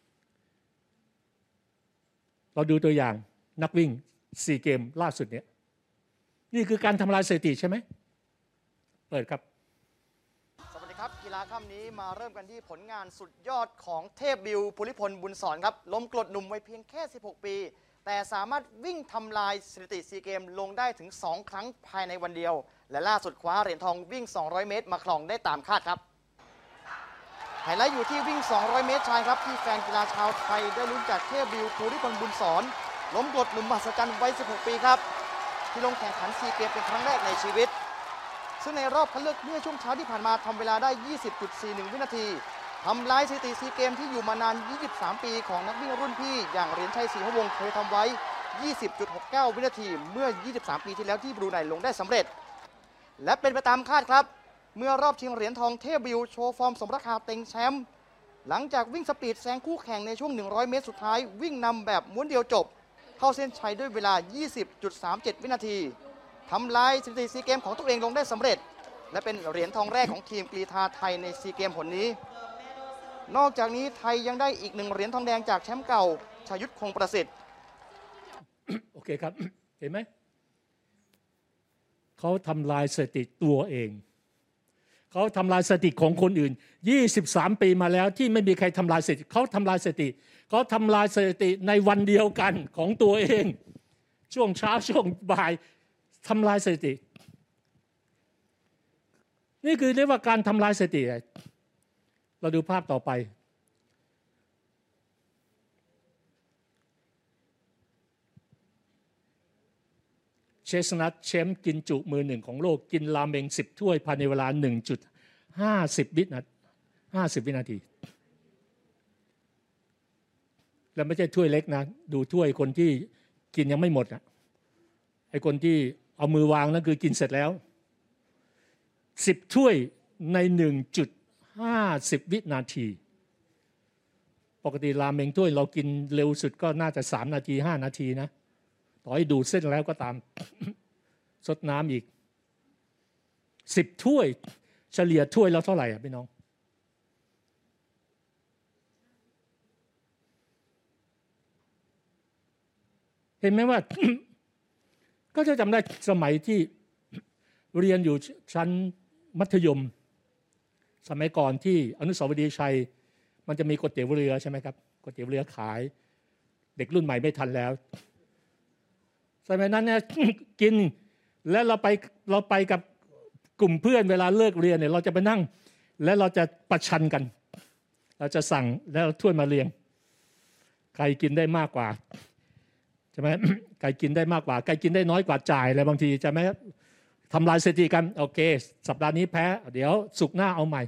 เราดูตัวอย่างนักวิ่ง4 เกมล่าสุดนี้นี่คือการทำลายสถิติใช่ไหมเปิดครับสวัสดีครับกีฬาค่ำนี้มาเริ่มกันที่ผลงานสุดยอดของเทพบิวภูริพลบุญสอนครับล้มกรดหนุ่มวัยเพียงแค่16 ปีแต่สามารถวิ่งทำลายสถิติ4 เกมลงได้ถึง2 ครั้งภายในวันเดียวและล่าสุดคว้าเหรียญทองวิ่ง200 เมตรมาครองได้ตามคาดครับไฮไลท์อยู่ที่วิ่ง200 เมตรชายครับที่แฟนกีฬาชาวไทยได้ลุ้นจากเทพบิวภูริพลบุญสอนล้มกรดหนุ่มมหัศจรรย์วัย16 ปีครับที่ลงแข่งขัน4 เกมเป็นครั้งแรกในชีวิตซึ่งในรอบคัดเลือกเมื่อช่วงเช้าที่ผ่านมาทำเวลาได้ 20.41 วินาทีทำลายสถิติ4 เกมที่อยู่มานาน 23 ปีของนักวิ่งรุ่นพี่อย่างเหรียญชัยศรีหวงศ์เคยทำไว้ 20.69 วินาทีเมื่อ 23 ปีที่แล้วที่บรูไนลงได้สำเร็จและเป็นไปตามคาดครับเมื่อรอบชิงเหรียญทองเทพบิวโชว์ฟอร์มสมราคาเต็งแชมป์หลังจากวิ่งสปีดแซงคู่แข่งในช่วง100 เมตรสุดท้ายวิ่งนำแบบม้วนเดียวจบเข้าเส้นชัยด้วยเวลา 20.37 วินาทีทำลายสถิติซีเกมของตัวเองลงได้สำเร็จและเป็นเหรียญทองแรกของทีมกรีฑาไทยในซีเกมผลนี้นอกจากนี้ไทยยังได้อีก1 เหรียญทองแดงจากแชมป์เก่าชยุทธคงประสิทธิ์โอเคครับเห็นไหมเขาทำลายสถิติตัวเองเขาทำลายสถิติของคนอื่น23 ปีมาแล้วที่ไม่มีใครทำลายสถิติเขาทำลายสถิติเขาทำลายสถิติในวันเดียวกันของตัวเองช่วงเช้าช่วงบ่ายทำลายสถิตินี่คือเรียกว่าการทำลายสถิติเราดูภาพต่อไปเชสนัทแชมป์กินจุมือหนึ่งของโลกกินราเมง10 ถ้วยภายในเวลา 1.50 วินาทีแล้วไม่ใช่ถ้วยเล็กนะดูถ้วยคนที่กินยังไม่หมดอ่ะไอ้คนที่เอามือวางนั่นคือกินเสร็จแล้ว10 ถ้วยใน 1.50 วินาทีปกติราเมงถ้วยเรากินเร็วสุดก็น่าจะ3 นาที5 นาทีนะต่อให้ดูดเส้นแล้วก็ตามซดน้ำอีก10 ถ้วยเฉลี่ยถ้วยแล้วเท่าไหร่อ่ะพี่น้องเห็นไหมว่า ก็จะจำได้สมัยที่เรียนอยู่ชั้นมัธยมสมัยก่อนที่อนุสาวรีย์ชัยมันจะมีก๋วยเตี๋ยวเรือใช่ไหมครับก๋วยเตี๋ยวเรือขายเด็กรุ่นใหม่ไม่ทันแล้วสมัยนั้นเนี่ยกินแล้วเราไปกับกลุ่มเพื่อนเวลาเลิกเรียนเนี่ยเราจะไปนั่งแล้วเราจะประชันกันเราจะสั่งแล้วถ้วยมาเรียงใครกินได้มากกว่าใช่ไหมใครกินได้มากกว่าใครกินได้น้อยกว่าจ่ายอะไรบางทีใช่ไหมทำลายสถิติกันโอเคสัปดาห์นี้แพ้เดี๋ยวศุกร์หน้าเอาใหม่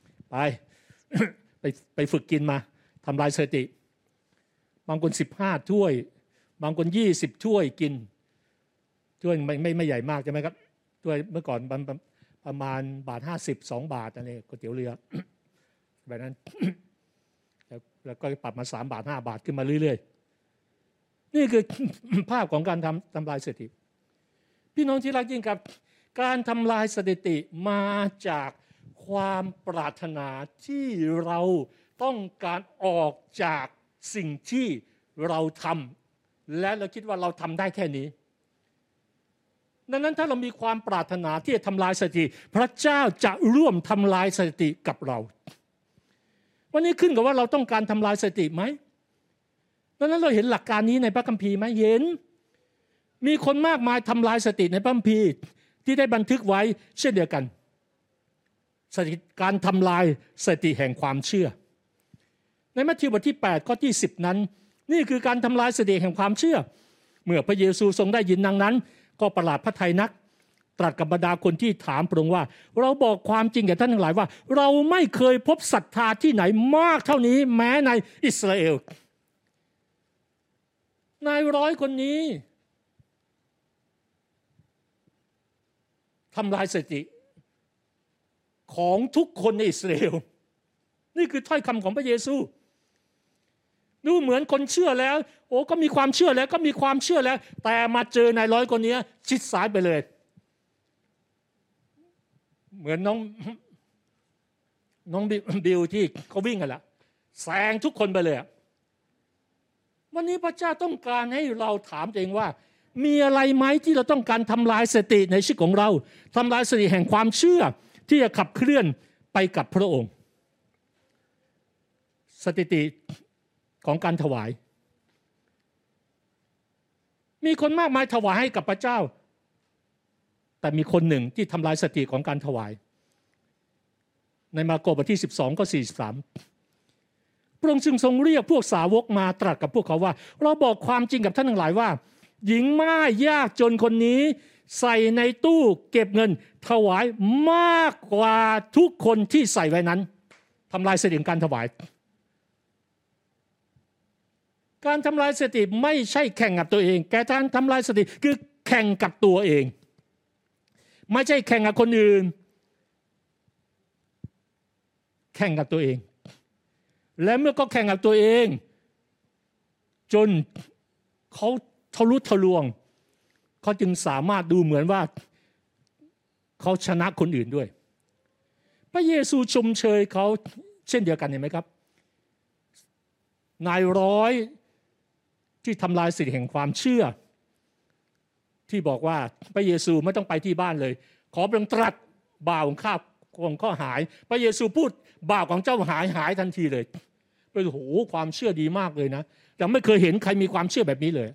ไปฝึกกินมาทำลายสถิติบางคน15 ถ้วยบางคน20 ถ้วยกินถ้วยไม่ใหญ่มากใช่ไหมครับถ้วยเมื่อก่อนประมาณ1.50 2 บาทอะไรก๋วยเตี๋ยวเรือแบบนั้นแล้วก็ปรับมา3 บาท 5 บาทขึ้นมาเรื่อยๆนี่คือภาพของการทำลายสถิติพี่น้องที่รักยิ่งครับการทำลายสถิติมาจากความปรารถนาที่เราต้องการออกจากสิ่งที่เราทำและเราคิดว่าเราทำได้แค่นี้ดังนั้นถ้าเรามีความปรารถนาที่จะทำลายสถิติพระเจ้าจะร่วมทำลายสถิติกับเราวันนี้ขึ้นกับว่าเราต้องการทำลายสถิติไหมดังนั้นเราเห็นหลักการนี้ในพระคัมภีร์ไหมเห็นมีคนมากมายทำลายสถิติในพระคัมภีร์ที่ได้บันทึกไว้เช่นเดียวกันการทำลายสถิติแห่งความเชื่อในมัทธิวบทที่8 ข้อที่ 10นั้นนี่คือการทำลายสถิติแห่งความเชื่อเมื่อพระเยซูทรงได้ยินดังนั้นก็ประหลาดพระทัยนักตรัสกับบรรดาคนที่ถามพระองค์ว่าเราบอกความจริงแก่ท่านทั้งหลายว่าเราไม่เคยพบศรัทธาที่ไหนมากเท่านี้แม้ในอิสราเอลนาย100 คนนี้ทำลายสถิติของทุกคนในอิสราเอลนี่คือถ้อยคำของพระเยซูดูเหมือนคนเชื่อแล้วโอ้ก็มีความเชื่อแล้วก็มีความเชื่อแล้วแต่มาเจอนาย100 คนนี้ชิดซ้ายไปเลยเหมือนน้องบิวที่เขาวิ่งกันละแซงทุกคนไปเลยวันนี้พระเจ้าต้องการให้เราถามตัวเองว่ามีอะไรไหมที่เราต้องการทำลายสถิติในชีวิตของเราทำลายสถิติแห่งความเชื่อที่จะขับเคลื่อนไปกับพระองค์สถิติของการถวายมีคนมากมายถวายให้กับพระเจ้าแต่มีคนหนึ่งที่ทำลายสถิติของการถวายในมาระโกบทที่12 ข้อ 43พระองค์จึงทรงเรียกพวกสาวกมาตรัสกับพวกเขาว่าเราบอกความจริงกับท่านทั้งหลายว่าหญิงม่ายยากจนคนนี้ใส่ในตู้เก็บเงินถวายมากกว่าทุกคนที่ใส่ไว้นั้นทำลายสถิติการถวายการทำลายสถิติไม่ใช่แข่งกับตัวเองการทำลายสถิติคือแข่งกับตัวเองไม่ใช่แข่งกับคนอื่นแข่งกับตัวเองและเมื่อก็แข่งกับตัวเองจนเขาทะลุทะลวงเขาจึงสามารถดูเหมือนว่าเขาชนะคนอื่นด้วยพระเยซูชมเชยเขาเช่นเดียวกันเห็นไหมครับนายร้อยที่ทำลายสิทธิแห่งความเชื่อที่บอกว่าพระเยซูไม่ต้องไปที่บ้านเลยขอเพียงตรัสบ่าวของข้าของข้าหายพระเยซูพูดบ่าวของเจ้าหายทันทีเลยโอ้โหความเชื่อดีมากเลยนะยังไม่เคยเห็นใครมีความเชื่อแบบนี้เลย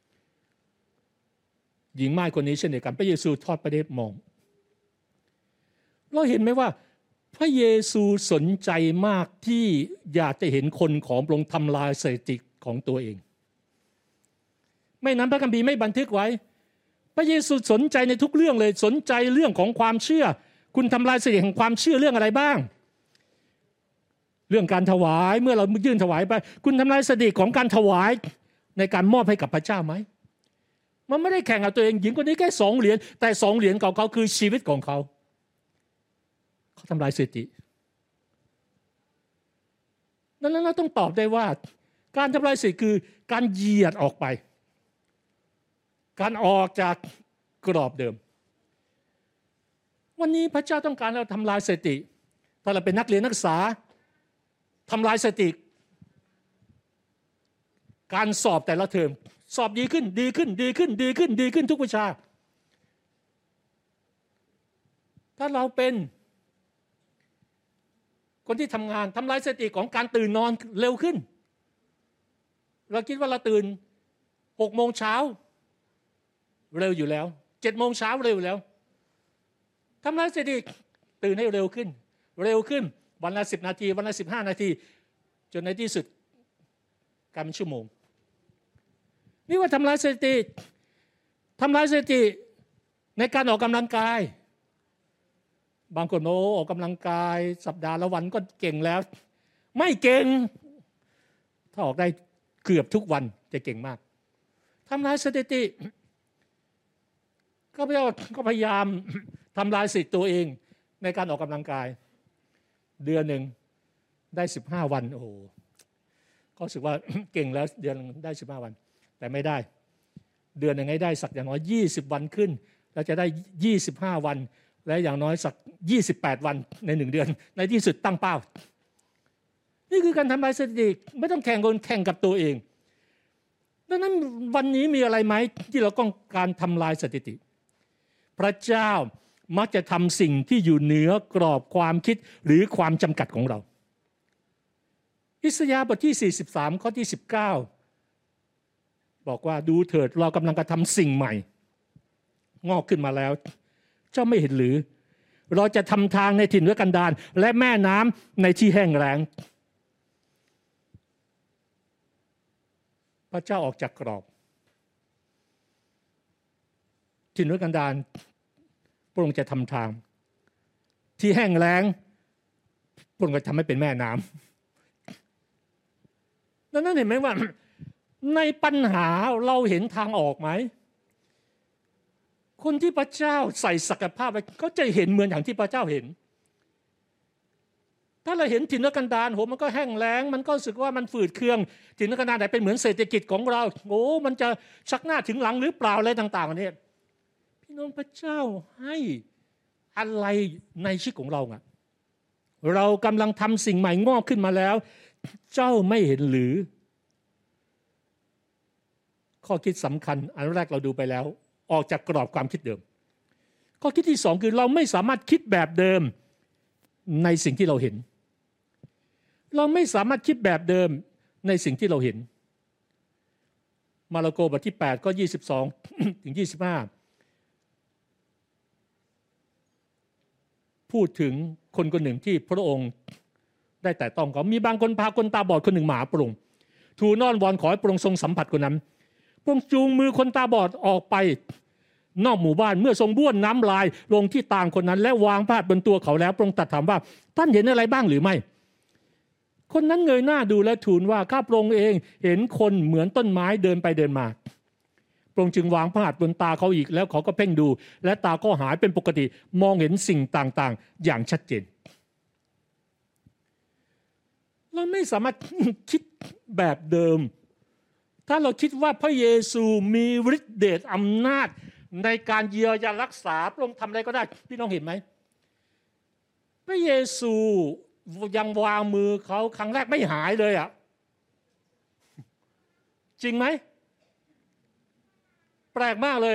หญิงม่ายคนนี้เช่นเดียวกันพระเยซูทอดพระเนตรมองเราเห็นไหมว่าพระเยซูสนใจมากที่อยากจะเห็นคนของพระองค์ทำลายสถิติของตัวเองไม่นั้นพระคัมภีร์ไม่บันทึกไว้พระเยซูสนใจในทุกเรื่องเลยสนใจเรื่องของความเชื่อคุณทำลายสถิติแห่งความเชื่อเรื่องอะไรบ้างเรื่องการถวายเมื่อเรายื่นถวายไปคุณทำลายสถิติของการถวายในการมอบให้กับพระเจ้าไหมมันไม่ได้แข่งกับตัวเองหญิงคนนี้แค่2 เหรียญแต่2 เหรียญของเขาคือชีวิตของเขาทำลายสถิติดังนั้นเราต้องตอบได้ว่าการทำลายสถิติคือการเหยียดออกไปการออกจากกรอบเดิมวันนี้พระเจ้าต้องการเราทำลายสถิติถ้าเราเป็นนักเรียนนักศึกษาทำลายสถิติการสอบแต่ละเทอมสอบดีขึ้นทุกวิชาถ้าเราเป็นคนที่ทำงานทำลายสถิติของการตื่นนอนเร็วขึ้นเราคิดว่าเราตื่น6 โมงเช้าเร็วอยู่แล้ว7 โมงเช้าเร็วแล้วทำลายสถิติตื่นให้เร็วขึ้นวันละ10 นาทีวันละ15 นาทีจนในที่สุดกลายเป็นชั่วโมงนี่ว่าทำลายสถิติในการออกกำลังกายบางคนออกกำลังกายสัปดาห์ละวันก็เก่งแล้วไม่เก่งถ้าออกได้เกือบทุกวันจะเก่งมากทำลายสถิติก็พยายามทำลายสถิติตัวเองในการออกกำลังกายเดือนหนึ่งได้15 วันโอ้โหก็รู้สึกว่าเก่งแล้วเดือนได้15 วันแต่ไม่ได้เดือนหนึ่งให้ได้สักอย่างน้อย20 วันขึ้นแล้วจะได้25 วันและอย่างน้อยสัก28 วันใน1 เดือนในที่สุดตั้งเป้านี่คือการทำลายสถิติไม่ต้องแข่งกับตัวเองดังนั้นวันนี้มีอะไรไหมที่เราต้องการทำลายสถิติพระเจ้ามักจะทำสิ่งที่อยู่เหนือกรอบความคิดหรือความจำกัดของเราอิสยาห์บทที่43ข้อที่19บอกว่าดูเถิดเรากำลังกระทำสิ่งใหม่งอกขึ้นมาแล้วเจ้าไม่เห็นหรือเราจะทำทางในถิ่นทุรกันดารและแม่น้ำในที่แห้งแล้งพระเจ้าออกจากกรอบถิ่นทุรกันดารพระองค์จะทำทางที่แห้งแล้งพระองค์จะทำให้เป็นแม่น้ำดังนั้นเห็นไหมว่าในปัญหาเราเห็นทางออกไหมคนที่พระเจ้าใส่ศักยภาพไว้ก็จะเห็นเหมือนอย่างที่พระเจ้าเห็นถ้าเราเห็นถิ่นทุรกันดารมันก็แห้งแล้งมันก็รู้สึกว่ามันฝืดเคืองถิ่นทุรกันดารไหนเป็นเหมือนเศรษฐกิจของเรามันจะชักหน้าถึงหลังหรือเปล่าอะไรต่างๆเนี่ยพี่น้องพระเจ้าให้อะไรในชีวิตของเราอ่ะเรากำลังทำสิ่งใหม่งอกขึ้นมาแล้วเจ้าไม่เห็นหรือข้อคิดสำคัญอันแรกเราดูไปแล้วออกจากกรอบความคิดเดิมข้อคิดที่2คือเราไม่สามารถคิดแบบเดิมในสิ่งที่เราเห็นเราไม่สามารถคิดแบบเดิมในสิ่งที่เราเห็นมาระโกบทที่8ข้อ22ถึง25พูดถึงคนคนหนึ่งที่พระองค์ได้แต่ต้องเขามีบางคนพาคนตาบอดคนหนึ่งมาหาพระองค์ทูลอ้อนวอนขอให้พระองค์ทรงสัมผัสคนนั้นพระองค์จูงมือคนตาบอดออกไปนอกหมู่บ้านเมื่อทรงบ้วนน้ำลายลงที่ตาคนนั้นและวางผ้าบนตัวเขาแล้วพระองค์ตรัสถามว่าท่านเห็นอะไรบ้างหรือไม่คนนั้นเงยหน้าดูและทูลว่าข้าพระองค์เองเห็นคนเหมือนต้นไม้เดินไปเดินมาพระองค์จึงวางผ้าบนตาเขาอีกแล้วเขาก็เพ่งดูและตาก็หายเป็นปกติมองเห็นสิ่งต่างๆอย่างชัดเจนเราไม่สามารถคิดแบบเดิมถ้าเราคิดว่าพระเยซูมีฤทธิ์เดชอำนาจในการเยียวยารักษาพระองค์ทำอะไรก็ได้พี่น้องเห็นไหมพระเยซูยังวางมือเขาครั้งแรกไม่หายเลยอ่ะจริงไหมแปลกมากเลย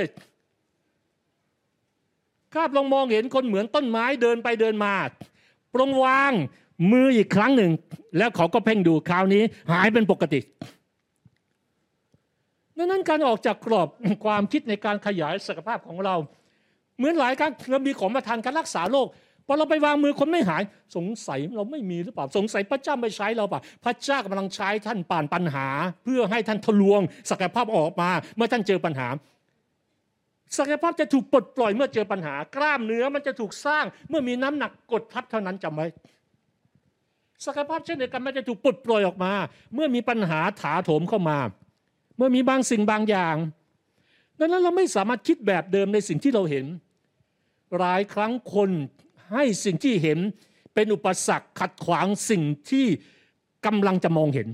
ครับลองมองเห็นคนเหมือนต้นไม้เดินไปเดินมาพระองค์วางมืออีกครั้งหนึ่งแล้วเขาก็เพ่งดูคราวนี้หายเป็นปกติดังนั้นการออกจากกรอบความคิดในการขยายศักยภาพของเราเหมือนหลายครั้งเรามีของประทานการรักษาโรคพอเราไปวางมือคนไม่หายสงสัยเราไม่มีหรือเปล่าสงสัยพระเจ้าไม่ใช้เราเปล่าพระเจ้ากำลังใช้ท่านผ่านปัญหาเพื่อให้ท่านทะลวงศักยภาพออกมาเมื่อท่านเจอปัญหาศักยภาพจะถูกปลดปล่อยเมื่อเจอปัญหากล้ามเนื้อมันจะถูกสร้างเมื่อมีน้ำหนักกดทับเท่านั้นจำไว้ศักยภาพเช่นเดียวกันมันจะถูกปลดปล่อยออกมาเมื่อมีปัญหาถาโถมเข้ามาเมื่อมีบางสิ่งบางอย่างดังนั้นเราไม่สามารถคิดแบบเดิมในสิ่งที่เราเห็นหลายครั้งคนให้สิ่งที่เห็นเป็นอุปสรรคขัดขวางสิ่งที่กำลังจะมองเห็น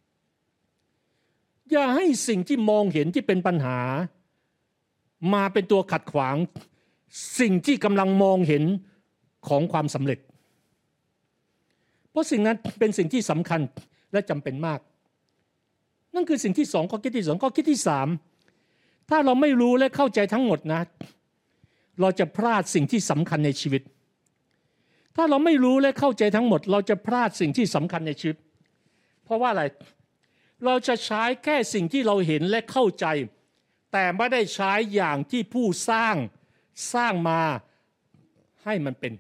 อย่าให้สิ่งที่มองเห็นที่เป็นปัญหามาเป็นตัวขัดขวางสิ่งที่กำลังมองเห็นของความสำเร็จเพราะสิ่งนั้นเป็นสิ่งที่สำคัญและจำเป็นมากนั่นคือสิ่งที่สองข้อคิดที่สองข้อคิดที่สามถ้าเราไม่รู้และเข้าใจทั้งหมดนะเราจะพลาดสิ่งที่สำคัญในชีวิตถ้าเราไม่รู้และเข้าใจทั้งหมดเราจะพลาดสิ่งที่สำคัญในชีวิตเพราะว่าอะไรเราจะใช้แค่สิ่งที่เราเห็นและเข้าใจแต่ไม่ได้ใช้อย่างที่ผู้สร้างมาให้มันเป็น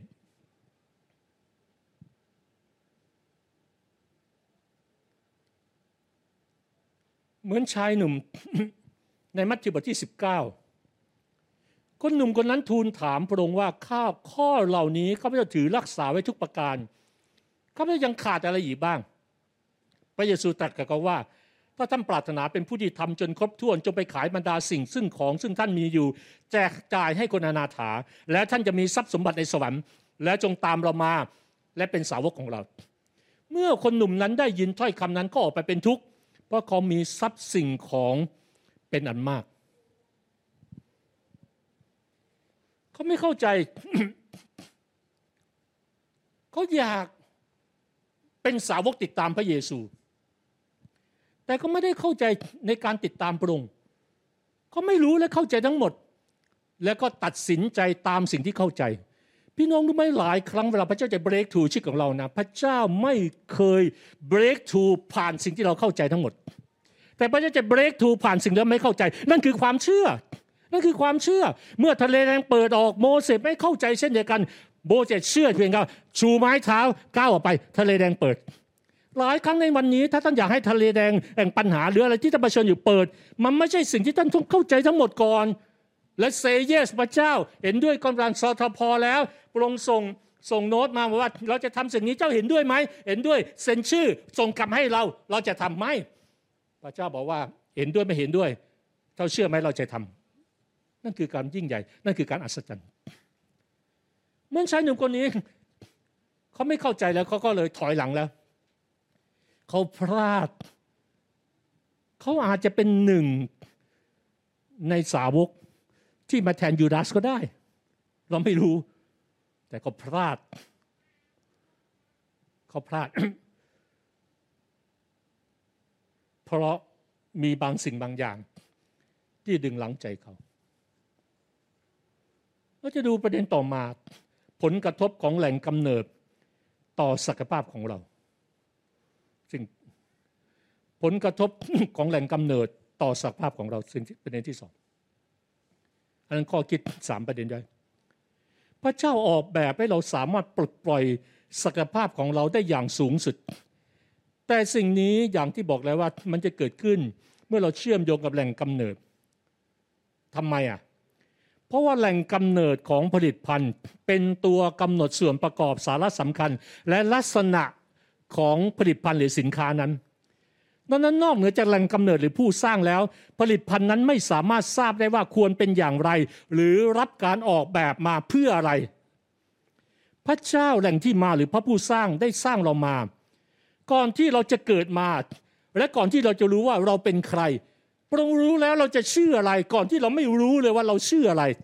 เหมือนชายหนุ่ม ในมัทธิวบทที่19คนหนุ่มคนนั้นทูลถามพระองค์ว่าข้อเหล่านี้ข้าพเจ้าถือรักษาไว้ทุกประการข้าพเจ้ายังขาดอะไรอีกบ้างพระเยซูตรัสกับเขาว่าถ้าท่านปรารถนาเป็นผู้ที่ทำจนครบถ้วนจงไปขายบรรดาสิ่งซึ่งท่านมีอยู่แจกจ่ายให้คนอนาถาและท่านจะมีทรัพย์สมบัติในสวรรค์และจงตามเรามาและเป็นสาวกของเราเมื่อคนหนุ่มนั้นได้ยินถ้อยคำนั้นก็ออกไปเป็นทุกข์เพราะเขามีทรัพย์สิ่งของเป็นอันมากเขาไม่เข้าใจ เขาอยากเป็นสาวกติดตามพระเยซูแต่ก็ไม่ได้เข้าใจในการติดตามพระองค์เขาไม่รู้และเข้าใจทั้งหมดแล้วก็ตัดสินใจตามสิ่งที่เข้าใจพี่น้องรู้ไหมหลายครั้งเวลาพระเจ้าจะ break through ชีวิตของเรานะพระเจ้าไม่เคย break through ผ่านสิ่งที่เราเข้าใจทั้งหมดแต่พระเจ้าจะ break through ผ่านสิ่งที่เราไม่เข้าใจนั่นคือความเชื่อนั่นคือความเชื่อเมื่อทะเลแดงเปิดออกโมเสสไม่เข้าใจเช่นเดียวกันโมเสสเชื่อเพียงแค่ชูไม้เท้าก้าวออกไปทะเลแดงเปิดหลายครั้งในวันนี้ถ้าท่านอยากให้ทะเลแดงแห่งปัญหาหรืออะไรที่ท่านเผชิญอยู่เปิดมันไม่ใช่สิ่งที่ท่านต้องเข้าใจทั้งหมดก่อนและเซเยสพระเจ้าเห็นด้วยกำลังสทพแล้วพระองค์ส่งโน้ตมาว่าเราจะทำสิ่งนี้เจ้าเห็นด้วยไหมเห็นด้วยเซ็นชื่อส่งกลับให้เราจะทำไหมพระเจ้าบอกว่าเห็นด้วยไม่เห็นด้วยเจ้าเชื่อไหมเราจะทำนั่นคือการยิ่งใหญ่นั่นคือการอัศจรรย์เมื่อชายหนุ่มคนนี้เขาไม่เข้าใจแล้วเขาก็เลยถอยหลังแล้วเขาพลาดเขาอาจจะเป็นหนึ่งในสาวกที่มาแทนยูดาสก็ได้เราไม่รู้แต่เขาพลาด เพราะมีบางสิ่งบางอย่างที่ดึงหลังใจเขาเราจะดูประเด็นต่อมาผลกระทบของแหล่งกำเนิดต่อศักยภาพของเราซึ่งผลกระทบของแหล่งกำเนิดต่อศักยภาพของเราซึ่งประเด็นที่สองอันนั้นข้อคิด3ประเด็นได้พระเจ้าออกแบบให้เราสามารถปลดปล่อยศักยภาพของเราได้อย่างสูงสุดแต่สิ่งนี้อย่างที่บอกแล้วว่ามันจะเกิดขึ้นเมื่อเราเชื่อมโยงกับแหล่งกำเนิดทำไมเพราะว่าแหล่งกำเนิดของผลิตภัณฑ์เป็นตัวกำหนดส่วนประกอบสาระสำคัญและลักษณะของผลิตภัณฑ์หรือสินค้านั้นดังนั้นนอกเหนือจากแหล่งกำเนิดหรือผู้สร้างแล้วผลิตภัณฑ์นั้นไม่สามารถทราบได้ว่าควรเป็นอย่างไรหรือรับการออกแบบมาเพื่ออะไรพระเจ้าแหล่งที่มาหรือพระผู้สร้างได้สร้างเรามาก็ก่อนที่เราจะเกิดมาและก่อนที่เราจะรู้ว่าเราเป็นใครพระองค์รู้แล้วเราจะชื่ออะไรก่อนที่เราไม่รู้เลยว่าเราชื่ออะไร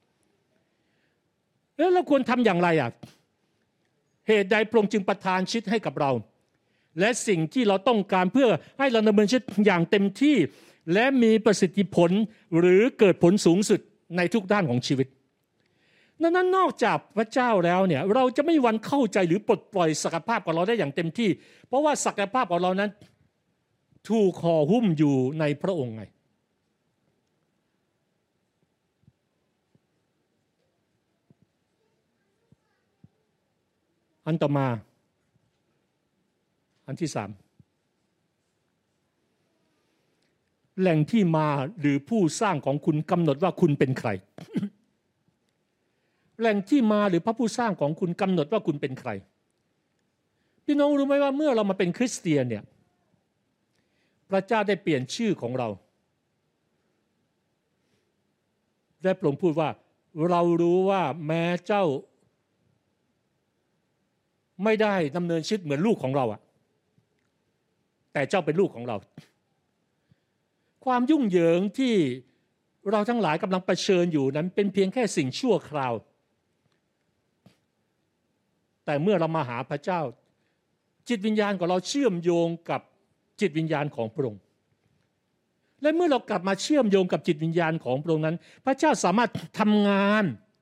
แล้วเราควรทำอย่างไรเหตุใดพระองค์จึงประทานชีวิตให้กับเราและสิ่งที่เราต้องการเพื่อให้เราดำเนินชีวิตอย่างเต็มที่และมีประสิทธิผลหรือเกิดผลสูงสุดในทุกด้านของชีวิตนั้นนอกจากพระเจ้าแล้วเนี่ยเราจะไม่มีวันเข้าใจหรือปลดปล่อยศักยภาพของเราได้อย่างเต็มที่เพราะว่าศักยภาพของเรานั้นถูกห่อหุ้มอยู่ในพระองค์ไงอันต่อมาอันที่3แหล่งที่มาหรือผู้สร้างของคุณกำหนดว่าคุณเป็นใคร แหล่งที่มาหรือพระผู้สร้างของคุณกำหนดว่าคุณเป็นใครพี่น้องรู้ไหมว่าเมื่อเรามาเป็นคริสเตียนเนี่ยพระเจ้าได้เปลี่ยนชื่อของเราได้พระองค์พูดว่าเรารู้ว่าแม้เจ้าไม่ได้ดำเนินชีวิตเหมือนลูกของเราแต่เจ้าเป็นลูกของเราความยุ่งเหยิงที่เราทั้งหลายกำลังเผชิญอยู่นั้นเป็นเพียงแค่สิ่งชั่วคราวแต่เมื่อเรามาหาพระเจ้าจิตวิญญาณของเราเชื่อมโยงกับจิตวิญญาณของพระองค์และเมื่อเรากลับมาเชื่อมโยงกับจิตวิญญาณของพระองค์นั้นพระเจ้าสามารถทำงาน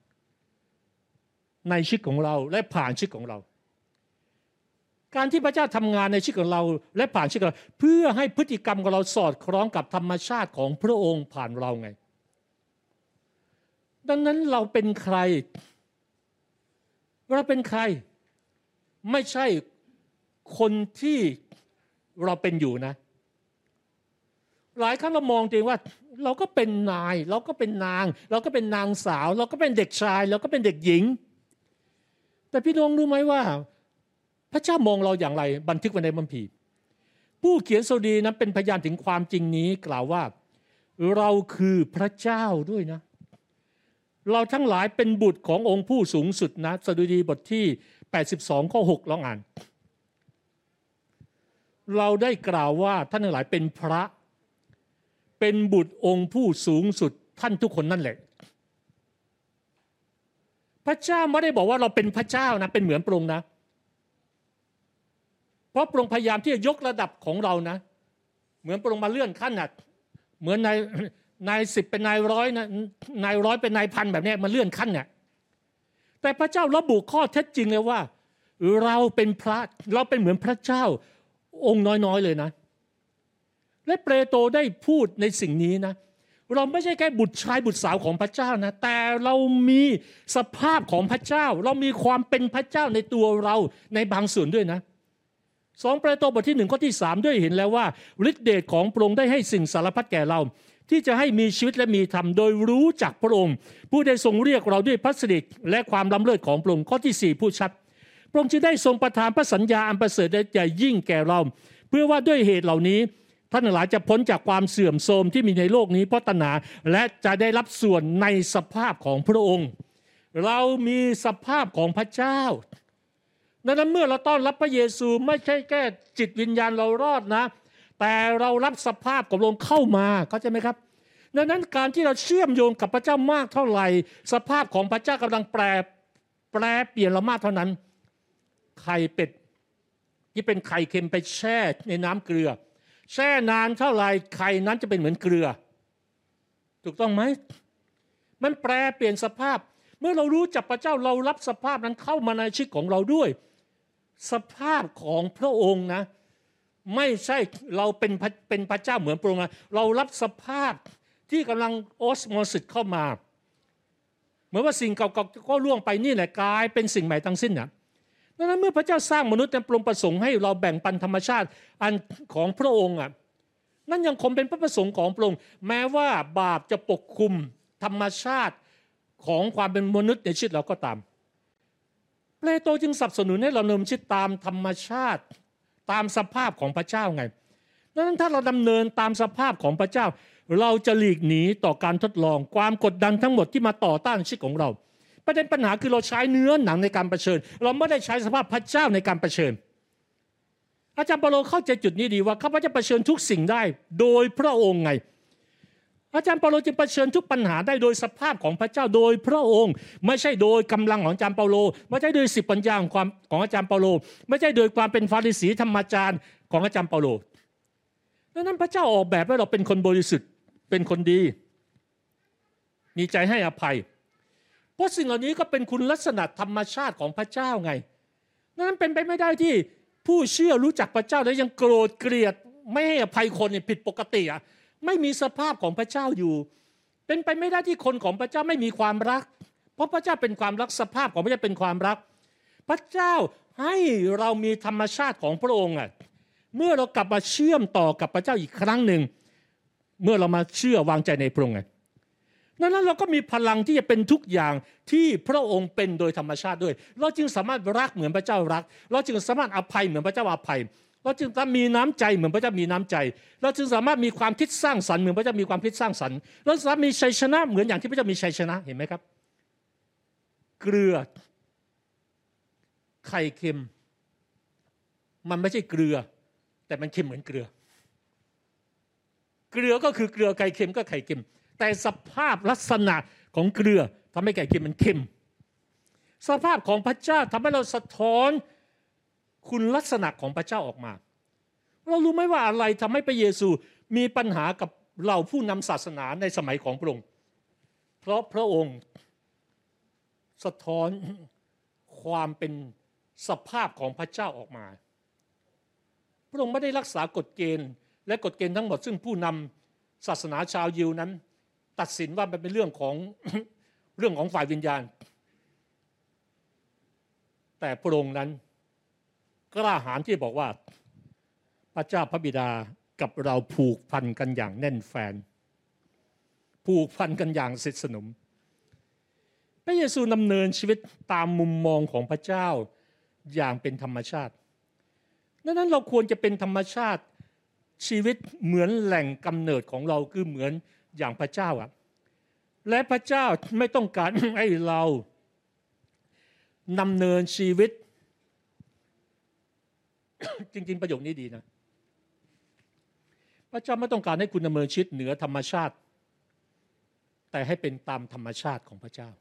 ในชีวิตของเราและผ่านชีวิตของเราการที่พระเจ้าทำงานในชีวิตของเราและผ่านชีวิตของเราเพื่อให้พฤติกรรมของเราสอดคล้องกับธรรมชาติของพระองค์ผ่านเราไงดังนั้นเราเป็นใครเราเป็นใครไม่ใช่คนที่เราเป็นอยู่นะหลายครั้งเรามองตัวเองว่าเราก็เป็นนายเราก็เป็นนางเราก็เป็นนางสาวเราก็เป็นเด็กชายเราก็เป็นเด็กหญิงแต่พี่น้องรู้ไหมว่าพระเจ้ามองเราอย่างไรบันทึกไว้ในคัมภีร์ผู้เขียนสดุดีนั้นเป็นพยานถึงความจริงนี้กล่าวว่าเราคือพระเจ้าด้วยนะเราทั้งหลายเป็นบุตรขององค์ผู้สูงสุดนะสดุดีบทที่82ข้อ6ลองอ่านเราได้กล่าวว่าท่านทั้งหลายเป็นพระเป็นบุตรองค์ผู้สูงสุดท่านทุกคนนั่นแหละพระเจ้าไม่ได้บอกว่าเราเป็นพระเจ้านะเป็นเหมือนพระองค์นะเพราะพระองค์พยายามที่จะยกระดับของเรานะเหมือนพระองค์มาเลื่อนขั้นน่ะเหมือนนาย10เป็นนายร้อยนะนายร้อยเป็นนายพันแบบนี้มาเลื่อนขั้นเนี่ยแต่พระเจ้าระบุข้อเท็จจริงเลยว่าเราเป็นพระเราเป็นเหมือนพระเจ้าองค์น้อยๆเลยนะและเปโตรได้พูดในสิ่งนี้นะเราไม่ใช่แค่บุตรชายบุตรสาวของพระเจ้านะแต่เรามีสภาพของพระเจ้าเรามีความเป็นพระเจ้าในตัวเราในบางส่วนด้วยนะ2เปโตรบทที่1ข้อที่3ด้วยเห็นแล้วว่าฤทธิเดชของพระองค์ได้ให้สิ่งสารพัดแก่เราที่จะให้มีชีวิตและมีธรรมโดยรู้จักพระองค์ผู้ได้ทรงเรียกเราด้วยพระสิริและความล้ำเลิศของพระองค์ข้อที่4พูดชัดพระองค์จึงได้ทรงประทานพระสัญญาอันประเสริฐและใหญ่ยิ่งแก่เราเพื่อว่าด้วยเหตุเหล่านี้ท่านทั้งหลายจะพ้นจากความเสื่อมโทรมที่มีในโลกนี้เพราะตัณหาและจะได้รับส่วนในสภาพของพระองค์เรามีสภาพของพระเจ้าดังนั้นเมื่อเราต้อนรับพระเยซูไม่ใช่แค่จิตวิญญาณเรารอดนะแต่เรารับสภาพของพระองค์เข้ามาเข้าใจไหมครับดังนั้นการที่เราเชื่อมโยงกับพระเจ้ามากเท่าไหร่สภาพของพระเจ้ากำลังแปรเปลี่ยนเรามากเท่านั้นไข่เป็ดที่เป็นไข่เค็มไปแช่ในน้ำเกลือแช่นานเท่าไหร่ไข่นั้นจะเป็นเหมือนเกลือถูกต้องไหมมันแปรเปลี่ยนสภาพเมื่อเรารู้จักพระเจ้าเรารับสภาพนั้นเข้ามาในชีวิตของเราด้วยสภาพของพระองค์นะไม่ใช่เราเป็นพระเจ้าเหมือนพระองค์นะเรารับสภาพที่กำลังออสโมซิสเข้ามาเหมือนว่าสิ่งเก่าๆก็ล่วงไปนี่แหละกลายเป็นสิ่งใหม่ทั้งสิ้นนะดังนั้นเมื่อพระเจ้าสร้างมนุษย์นั้นประสงค์ให้เราแบ่งปันธรรมชาติอันของพระองค์นั่นยังคงเป็นพระประสงค์ของพระองค์แม้ว่าบาปจะปกคลุมธรรมชาติของความเป็นมนุษย์ในชีวิตเราก็ตามเปโตรจึงสนับสนุนให้เราดำเนินชีวิตตามธรรมชาติตามสภาพของพระเจ้าไงดังนั้นถ้าเราดำเนินตามสภาพของพระเจ้าเราจะหลีกหนีต่อการทดลองความกดดันทั้งหมดที่มาต่อต้านชีวิตของเราประเด็นปัญหาคือเราใช้เนื้อหนังในการเผชิญเราไม่ได้ใช้สภาพพระเจ้าในการเผชิญอาจารย์เปาโลเข้าใจจุดนี้ดีว่าข้าพเจ้าเผชิญทุกสิ่งได้โดยพระองค์ไงอาจารย์เปาโลจึงเผชิญทุกปัญหาได้โดยสภาพของพระเจ้าโดยพระองค์ไม่ใช่โดยกำลังของอาจารย์เปาโลไม่ใช่โดยสิบปัญญาของอาจารย์เปาโลไม่ใช่โดยความเป็นฟาริสีธรรมจารย์ของอาจารย์เปาโลดังนั้นพระเจ้าออกแบบให้เราเป็นคนบริสุทธิ์เป็นคนดีมีใจให้อภัยเพราะสิ่งเหล่านี้ก็เป็นคุณลักษณะธรรมชาติของพระเจ้าไงดังนั้นเป็นไปไม่ได้ที่ผู้เชื่อรู้จักพระเจ้าแล้วยังโกรธเกลียดไม่ให้อภัยคนเนี่ยผิดปกติอ่ะไม่มีสภาพของพระเจ้าอยู่เป็นไปไม่ได้ที่คนของพระเจ้าไม่มีความรักเพราะพระเจ้าเป็นความรักสภาพของพระเจ้าเป็นความรักพระเจ้าให้เรามีธรรมชาติของพระองค์อ่ะเมื่อเรากลับมาเชื่อมต่อกับพระเจ้าอีกครั้งหนึ่งเมื่อเรามาเชื่อวางใจในพระองค์ไงนั้นเราก็มีพลังที่จะเป็นทุกอย่างที่พระองค์เป็นโดยธรรมชาติด้วยเราจึงสามารถรักเหมือนพระเจ้ารักเราจึงสามารถอภัยเหมือนพระเจ้าอภัยเราจึงมีน้ำใจเหมือนพระเจ้ามีน้ำใจเราจึงสามารถมีความคิดสร้างสรรค์เหมือนพระเจ้ามีความคิดสร้างสรรค์เราสามารถมีชัยชนะเหมือนอย่างที่พระเจ้ามีชัยชนะเห็นไหมครับเกลือไข่เค็มมันไม่ใช่เกลือแต่มันเค็มเหมือนเกลือเกลือก็คือเกลือไข่เค็มก็ไข่เค็มแต่สภาพลักษณะของเกลือทำให้ไข่เค็มมันเค็มสภาพของพระเจ้าทำให้เราสะท้อนคุณลักษณะของพระเจ้าออกมาเรารู้ไหมว่าอะไรทำให้พระเยซูมีปัญหากับเราผู้นำศาสนาในสมัยของพระองค์เพราะพระองค์สะท้อนความเป็นสภาพของพระเจ้าออกมาพระองค์ไม่ได้รักษากฎเกณฑ์และกฎเกณฑ์ทั้งหมดซึ่งผู้นำศาสนาชาวยิวนั้นตัดสินว่ามันเป็นเรื่องของฝ่ายวิญญาณแต่พระองค์นั้นกล้าหาญที่บอกว่าพระเจ้าพระบิดากับเราผูกพันกันอย่างแน่นแฟ้นผูกพันกันอย่างสนิทสนมพระเยซูดำเนินชีวิตตามมุมมองของพระเจ้าอย่างเป็นธรรมชาติดังนั้นเราควรจะเป็นธรรมชาติชีวิตเหมือนแหล่งกำเนิดของเราคือเหมือนอย่างพระเจ้าอ่ะและพระเจ้าไม่ต้องการ ให้เราดำเนินชีวิต จริงๆประโยคนี้ดีนะพระเจ้าไม่ต้องการให้คุณดำเนินชีวิตเหนือธรรมชาติแต่ให้เป็นตามธรรมชาติของพระเจ้า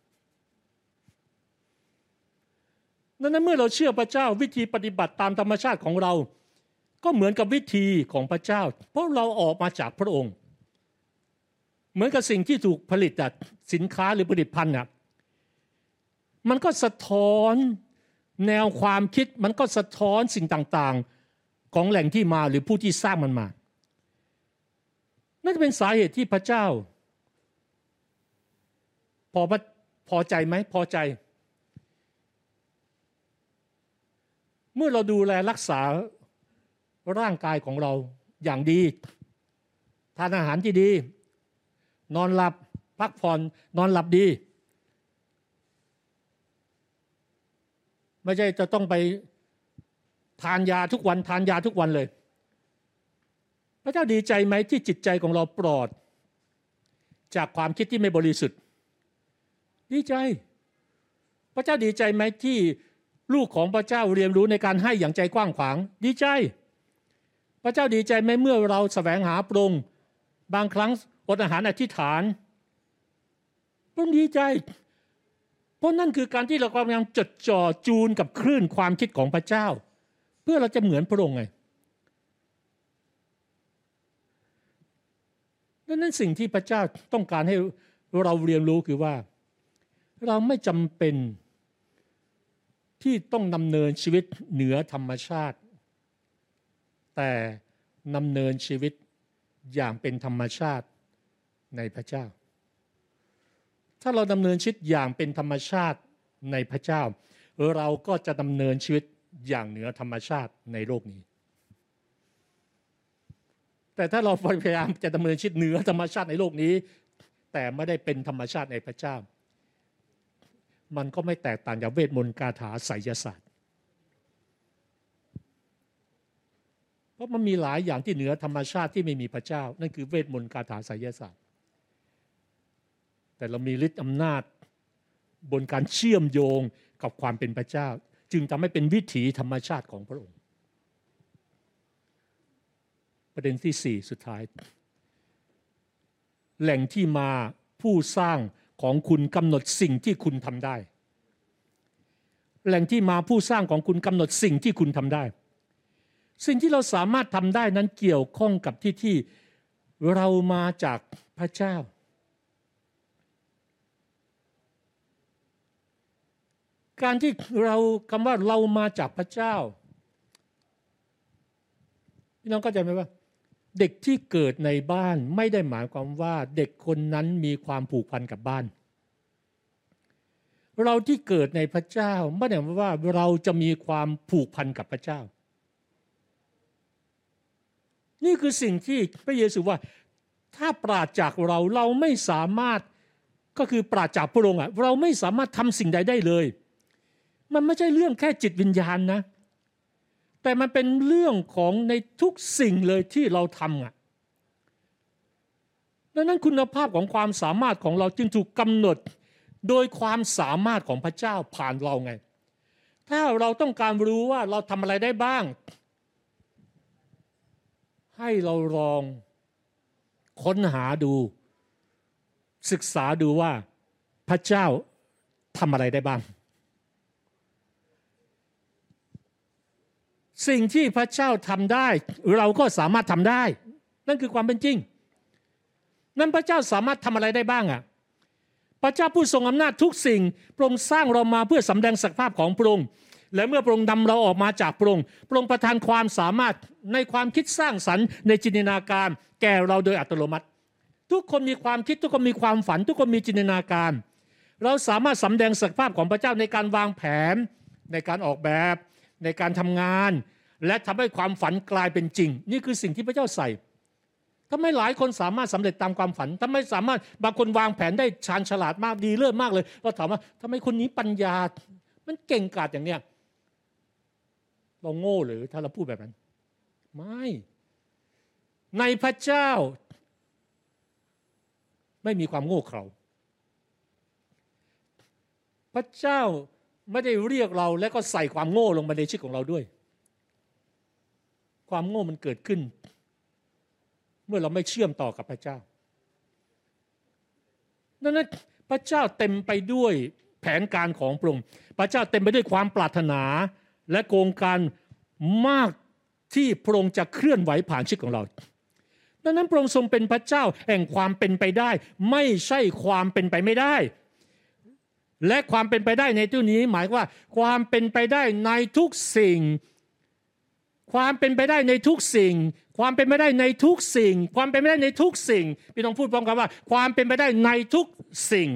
ดังนั้นเมื่อเราเชื่อพระเจ้าวิธีปฏิบัติตามธรรมชาติของเราก็เหมือนกับวิธีของพระเจ้าเพราะเราออกมาจากพระองค์เหมือนกับสิ่งที่ถูกผลิตจากสินค้าหรือผลิตภัณฑ์น่ะมันก็สะท้อนแนวความคิดมันก็สะท้อนสิ่งต่างๆของแหล่งที่มาหรือผู้ที่สร้างมันมานั่นจะเป็นสาเหตุที่พระเจ้าพอใจไหมพอใจเมื่อเราดูแลรักษาร่างกายของเราอย่างดีทานอาหารที่ดีนอนหลับพักผ่อนนอนหลับดีไม่ใช่จะต้องไปทานยาทุกวันเลยพระเจ้าดีใจไหมที่จิตใจของเราปลอดจากความคิดที่ไม่บริสุทธิ์ดีใจพระเจ้าดีใจไหมที่ลูกของพระเจ้าเรียนรู้ในการให้อย่างใจกว้างขวางดีใจพระเจ้าดีใจไหมเมื่อเราแสวงหาพระองค์บางครั้งอดอาหารอธิษฐานพระองค์ดีใจเพราะนั่นคือการที่เรากำลังจดจ่อจูนกับคลื่นความคิดของพระเจ้าเพื่อเราจะเหมือนพระองค์ไงดังนั้นสิ่งที่พระเจ้าต้องการให้เราเรียนรู้คือว่าเราไม่จำเป็นที่ต้องดำเนินชีวิตเหนือธรรมชาติแต่ดำเนินชีวิตอย่างเป็นธรรมชาติในพระเจ้าถ้าเราดำเนินชีวิตอย่างเป็นธรรมชาติในพระเจ้าเราก็จะดำเนินชีวิตอย่างเหนือธรรมชาติในโลกนี้แต่ถ้าเราพยายามจะดำเนินชีวิตเหนือธรรมชาติในโลกนี้แต่ไม่ได้เป็นธรรมชาติในพระเจ้ามันก็ไม่แตกต่างจากเวทมนต์คาถาไสยศาสตร์เพราะมันมีหลายอย่างที่เหนือธรรมชาติที่ไม่มีพระเจ้านั่นคือเวทมนต์คาถาไสยศาสตร์แต่เรามีฤทธิ์อำนาจบนการเชื่อมโยงกับความเป็นพระเจ้าจึงทำให้เป็นวิถีธรรมชาติของพระองค์ประเด็นที่4สุดท้ายแหล่งที่มาผู้สร้างของคุณกำหนดสิ่งที่คุณทำได้แหล่งที่มาผู้สร้างของคุณกำหนดสิ่งที่คุณทำได้สิ่งที่เราสามารถทำได้นั้นเกี่ยวข้องกับที่เรามาจากพระเจ้าการที่คำว่าเรามาจากพระเจ้าพี่น้องเข้าใจไหมว่าเด็กที่เกิดในบ้านไม่ได้หมายความว่าเด็กคนนั้นมีความผูกพันกับบ้านเราที่เกิดในพระเจ้าไม่ได้หมายว่าเราจะมีความผูกพันกับพระเจ้านี่คือสิ่งที่พระเยซูว่าถ้าปราศจากเราไม่สามารถก็คือปราศจากพระองค์เราไม่สามารถทำสิ่งใดได้เลยมันไม่ใช่เรื่องแค่จิตวิญญาณนะแต่มันเป็นเรื่องของในทุกสิ่งเลยที่เราทำดังนั้นคุณภาพของความสามารถของเราจึงถูกกำหนดโดยความสามารถของพระเจ้าผ่านเราไงถ้าเราต้องการรู้ว่าเราทำอะไรได้บ้างให้เราลองค้นหาดูศึกษาดูว่าพระเจ้าทำอะไรได้บ้างสิ่งที่พระเจ้าทำได้เราก็สามารถทำได้นั่นคือความเป็นจริงนั้นพระเจ้าสามารถทำอะไรได้บ้างพระเจ้าผู้ทรงอำนาจทุกสิ่งพระองค์สร้างเรามาเพื่อสำแดงศักยภาพของพระองค์และเมื่อพระองค์นำเราออกมาจากพระองค์ประทานความสามารถในความคิดสร้างสรรค์ในจินตนาการแก่เราโดยอัตโนมัติทุกคนมีความคิดทุกคนมีความฝันทุกคนมีจินตนาการเราสามารถสำแดงศักยภาพของพระเจ้าในการวางแผนในการออกแบบในการทำงานและทำให้ความฝันกลายเป็นจริงนี่คือสิ่งที่พระเจ้าใส่ทำไมหลายคนสามารถสำเร็จตามความฝันทำไมสามารถบางคนวางแผนได้ชาญฉลาดมากดีเลิศมากเลยเราถามว่าทำไมคนนี้ปัญญามันเก่งกาจอย่างเนี้ยเราโง่หรือถ้าเราพูดแบบนั้นไม่ในพระเจ้าไม่มีความโง่เขลาพระเจ้าไม่ได้เรียกเราแล้วก็ใส่ความโง่ลงมาในชีวิตของเราด้วยความโง่มันเกิดขึ้นเมื่อเราไม่เชื่อมต่อกับพระเจ้าดังนั้นพระเจ้าเต็มไปด้วยแผนการของพระองค์พระเจ้าเต็มไปด้วยความปรารถนาและโครงการมากที่พระองค์จะเคลื่อนไหวผ่านชีวิตของเราดังนั้นพระองค์ทรงเป็นพระเจ้าแห่งความเป็นไปได้ไม่ใช่ความเป็นไปไม่ได้และความเป็นไปได้ในที่นี้หมายว่าความเป็นไปได้ในทุกสิ่งความเป็นไปได้ในทุกสิ่งความเป็นไปได้ในทุกสิ่งความเป็นไปได้ในทุกสิ่งพี่น้องพูดพร้อมกันว่าความเป็นไปได้ในทุกสิ่ง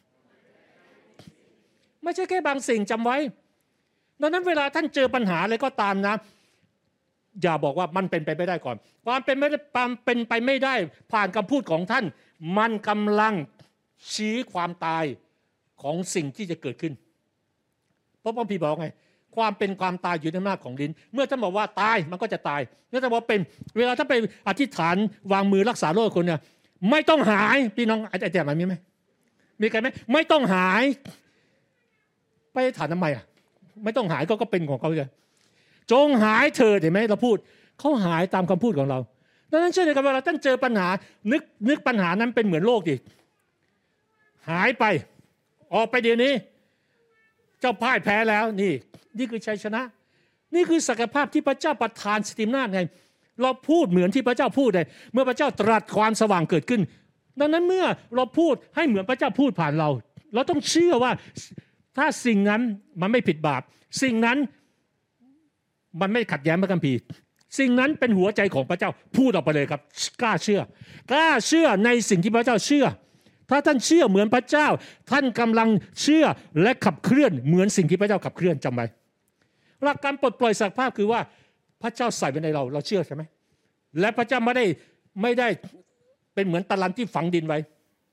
ไม่ใช่แค่บางสิ่งจำไว้ดังนั้นเวลาท่านเจอปัญหาอะไรก็ตามนะอย่าบอกว่ามันเป็นไปไม่ได้ก่อนความเป็นไปไม่ได้ผ่านคำพูดของท่านมันกำลังชี้ความตายของสิ่งที่จะเกิดขึ้นเพราะพระพี่บอกไงความเป็นความตายอยู่ในอำนาจของลิ้นเมื่อท่านบอกว่าตายมันก็จะตายเมื่อท่านบอกเป็นเวลาท่านไปอธิษฐานวางมือรักษาโรคคนเนี่ยไม่ต้องหายพี่น้องอาจารย์มันมีไหมมีใครไหมไม่ต้องหายไปถามทำไมไม่ต้องหายก็เป็นของเขาเลยจงหายเถิดเห็นไหมเราพูดเขาหายตามคำพูดของเราดังนั้นเชื่อเลยครับเวลาท่านเจอปัญหานึกปัญหานั้นเป็นเหมือนโรคดิหายไปออกไปเดี๋ยวนี้เจ้าพ่ายแพ้แล้วนี่คือชัยชนะนี่คือศักยภาพที่พระเจ้าประทานสติอำนาจไงเราพูดเหมือนที่พระเจ้าพูดเลยเมื่อพระเจ้าตรัสความสว่างเกิดขึ้นดังนั้นเมื่อเราพูดให้เหมือนพระเจ้าพูดผ่านเราต้องเชื่อว่าถ้าสิ่งนั้นมันไม่ผิดบาปสิ่งนั้นมันไม่ขัดแย้งพระคัมภีร์สิ่งนั้นเป็นหัวใจของพระเจ้าพูดออกไปเลยครับกล้าเชื่อในสิ่งที่พระเจ้าเชื่อถ้าท่านเชื่อเหมือนพระเจ้าท่านกำลังเชื่อและขับเคลื่อนเหมือนสิ่งที่พระเจ้าขับเคลื่อนจำไว้หลักการปลดปล่อยศักยภาพคือว่าพระเจ้าใส่ไว้ในเราเชื่อใช่ไหมและพระเจ้าไม่ได้เป็นเหมือนตะลันที่ฝังดินไว้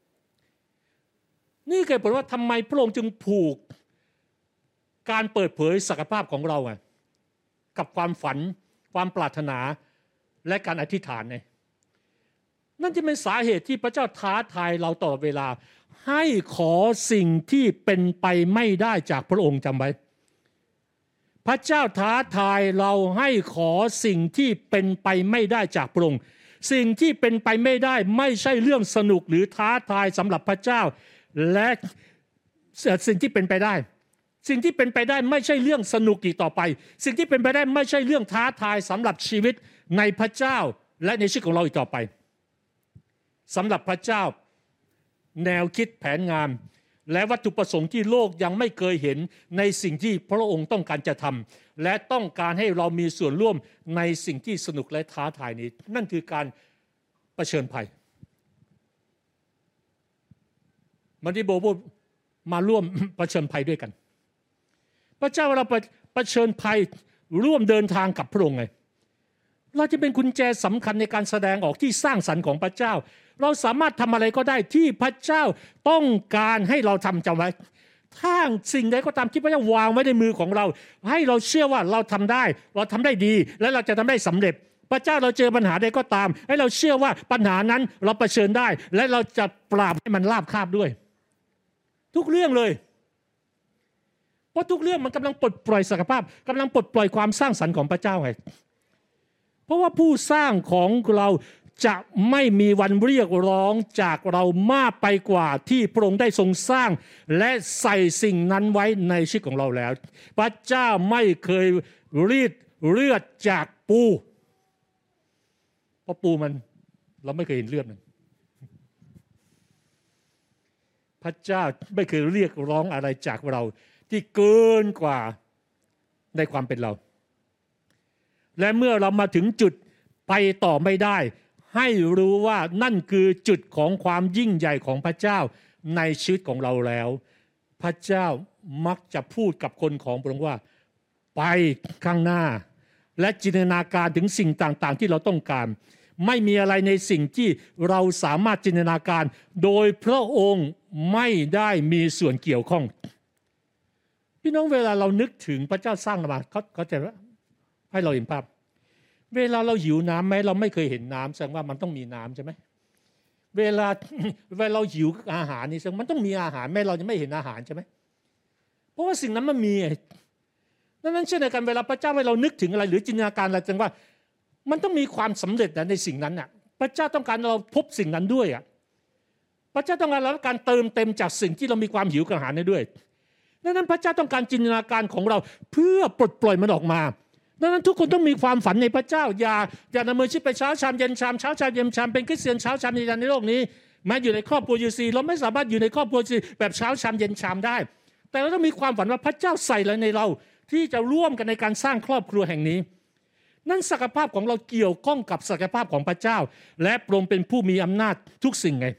นี่คือผลว่าทำไมพระองค์จึงผูกการเปิดเผยศักยภาพของเรากับความฝันความปรารถนาและการอธิษฐานนั่นจะเป็นสาเหตุที่พระเจ้าท้าทายเราตลอดเวลาให้ขอสิ่งที่เป็นไปไม่ได้จากพระองค์จำไว้พระเจ้าท้าทายเราให้ขอสิ่งที่เป็นไปไม่ได้จากพระองค์สิ่งที่เป็นไปไม่ได้ไม่ใช่เรื่องสนุกหรือท้าทายสำหรับพระเจ้าและสิ่งที่เป็นไปได้สิ่งที่เป็นไปได้ไม่ใช่เรื่องสนุกอีกต่อไปสิ่งที่เป็นไปได้ไม่ใช่เรื่องท้าทายสำหรับชีวิตในพระเจ้าและในชีวิตของเราอีกต่อไปสำหรับพระเจ้าแนวคิดแผนงานและวัตถุประสงค์ที่โลกยังไม่เคยเห็นในสิ่งที่พระองค์ต้องการจะทำและต้องการให้เรามีส่วนร่วมในสิ่งที่สนุกและท้าทายนี้นั่นคือการเผชิญภัยมันที่โบโบมาร่วมเผชิญภัยด้วยกันพระเจ้าเราเผชิญภัยร่วมเดินทางกับพระองค์ไงเราจะเป็นกุญแจสำคัญในการแสดงออกที่สร้างสรรค์ของพระเจ้าเราสามารถทำอะไรก็ได้ที่พระเจ้าต้องการให้เราทำจำไว้ถ้าสิ่งใดก็ตามที่พระเจ้าวางไว้ในมือของเราให้เราเชื่อว่าเราทำได้เราทำได้ดีและเราจะทำได้สำเร็จพระเจ้าเราเจอปัญหาใดก็ตามให้เราเชื่อว่าปัญหานั้นเราเผชิญได้และเราจะปราบให้มันราบคาบด้วยทุกเรื่องเลยเพราะทุกเรื่องมันกำลังปลดปล่อยศักยภาพกำลังปลดปล่อยความสร้างสรรค์ของพระเจ้าไงเพราะว่าผู้สร้างของเราจะไม่มีวันเรียกร้องจากเรามากไปกว่าที่พระองค์ได้ทรงสร้างและใส่สิ่งนั้นไว้ในชีวิตของเราแล้วพระเจ้าไม่เคยรีดเลือดจากปูเพราะปูมันเราไม่เคยเห็นเลือดมันพระเจ้าไม่เคยเรียกร้องอะไรจากเราที่เกินกว่าในความเป็นเราและเมื่อเรามาถึงจุดไปต่อไม่ได้ให้รู้ว่านั่นคือจุดของความยิ่งใหญ่ของพระเจ้าในชีวิตของเราแล้วพระเจ้ามักจะพูดกับคนของพระองค์ว่าไปข้างหน้าและจินตนาการถึงสิ่งต่างๆที่เราต้องการไม่มีอะไรในสิ่งที่เราสามารถจินตนาการโดยพระองค์ไม่ได้มีส่วนเกี่ยวข้องพี่น้องเวลาเรานึกถึงพระเจ้าสร้างมาเขาใจว่าให้เราเห็นภาพเวลาเราหิวน้ำไหมเราไม่เคยเห็นน้ำแสดงว่ามันต้องมีน้ำใช่ไหมเวลาเราหิวอาหารนี่แสดงมันต้องมีอาหารแม้เราจะไม่เห็นอาหารใช่ไหมเพราะว่าสิ่งนั้นมันมีดังนั้นเช่นเดียวกันเวลาพระเจ้าให้เรานึกถึงอะไรหรือจินตนาการอะไรแสดงว่ามันต้องมีความสำเร็จในสิ่งนั้นน่ะพระเจ้าต้องการเราพบสิ่งนั้นด้วยอ่ะพระเจ้าต้องการเราการเติมเต็มจากสิ่งที่เรามีความหิวกระหายนั้นด้วยดังนั้นพระเจ้าต้องการจินตนาการของเราเพื่อปลดปล่อยมันออกมาดังนั้นทุกคนต้องมีความฝันในพระเจ้าอย่ดำเนินชีวิตไปเช้าชามเย็นชามเช้าชามเย็นชามเป็นคริสเตียนเช้าชามเย็นชามในโลกนี้แม้อยู่ในครอบครัวยูซีเราไม่สามารถอยู่ในครอบครัวยูซีแบบเช้าชามเย็นชามได้แต่เราต้องมีความฝันว่าพระเจ้าใส่อะไรในเราที่จะร่วมกันในการสร้างครอบครัวแห่งนี้นั่นศักยภาพของเราเกี่ยวข้องกับศักยภาพของพระเจ้าและพระองค์เป็นผู้มีอำนาจทุกสิ่งไง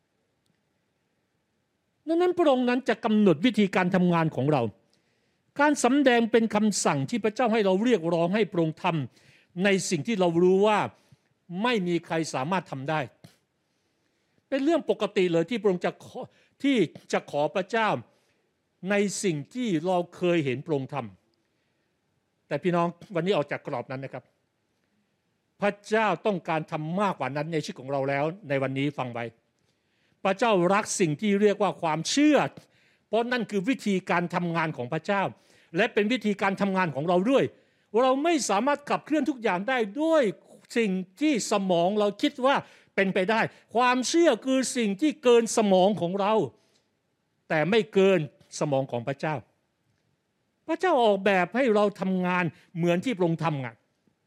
ดังนั้นพระองค์นั้นจะกำหนดวิธีการทำงานของเราการสำแดงเป็นคำสั่งที่พระเจ้าให้เราเรียกร้องให้พระองค์ทำในสิ่งที่เรารู้ว่าไม่มีใครสามารถทำได้เป็นเรื่องปกติเลยที่พระองค์จะขอพระเจ้าในสิ่งที่เราเคยเห็นพระองค์ทำแต่พี่น้องวันนี้ออกจากกรอบนั้นนะครับพระเจ้าต้องการทำมากกว่านั้นในชีวิตของเราแล้วในวันนี้ฟังไว้พระเจ้ารักสิ่งที่เรียกว่าความเชื่อเพราะนั่นคือวิธีการทำงานของพระเจ้าและเป็นวิธีการทำงานของเราด้วยเราไม่สามารถขับเคลื่อนทุกอย่างได้ด้วยสิ่งที่สมองเราคิดว่าเป็นไปได้ความเชื่อคือสิ่งที่เกินสมองของเราแต่ไม่เกินสมองของพระเจ้าพระเจ้าออกแบบให้เราทำงานเหมือนที่พระองค์ทำงาน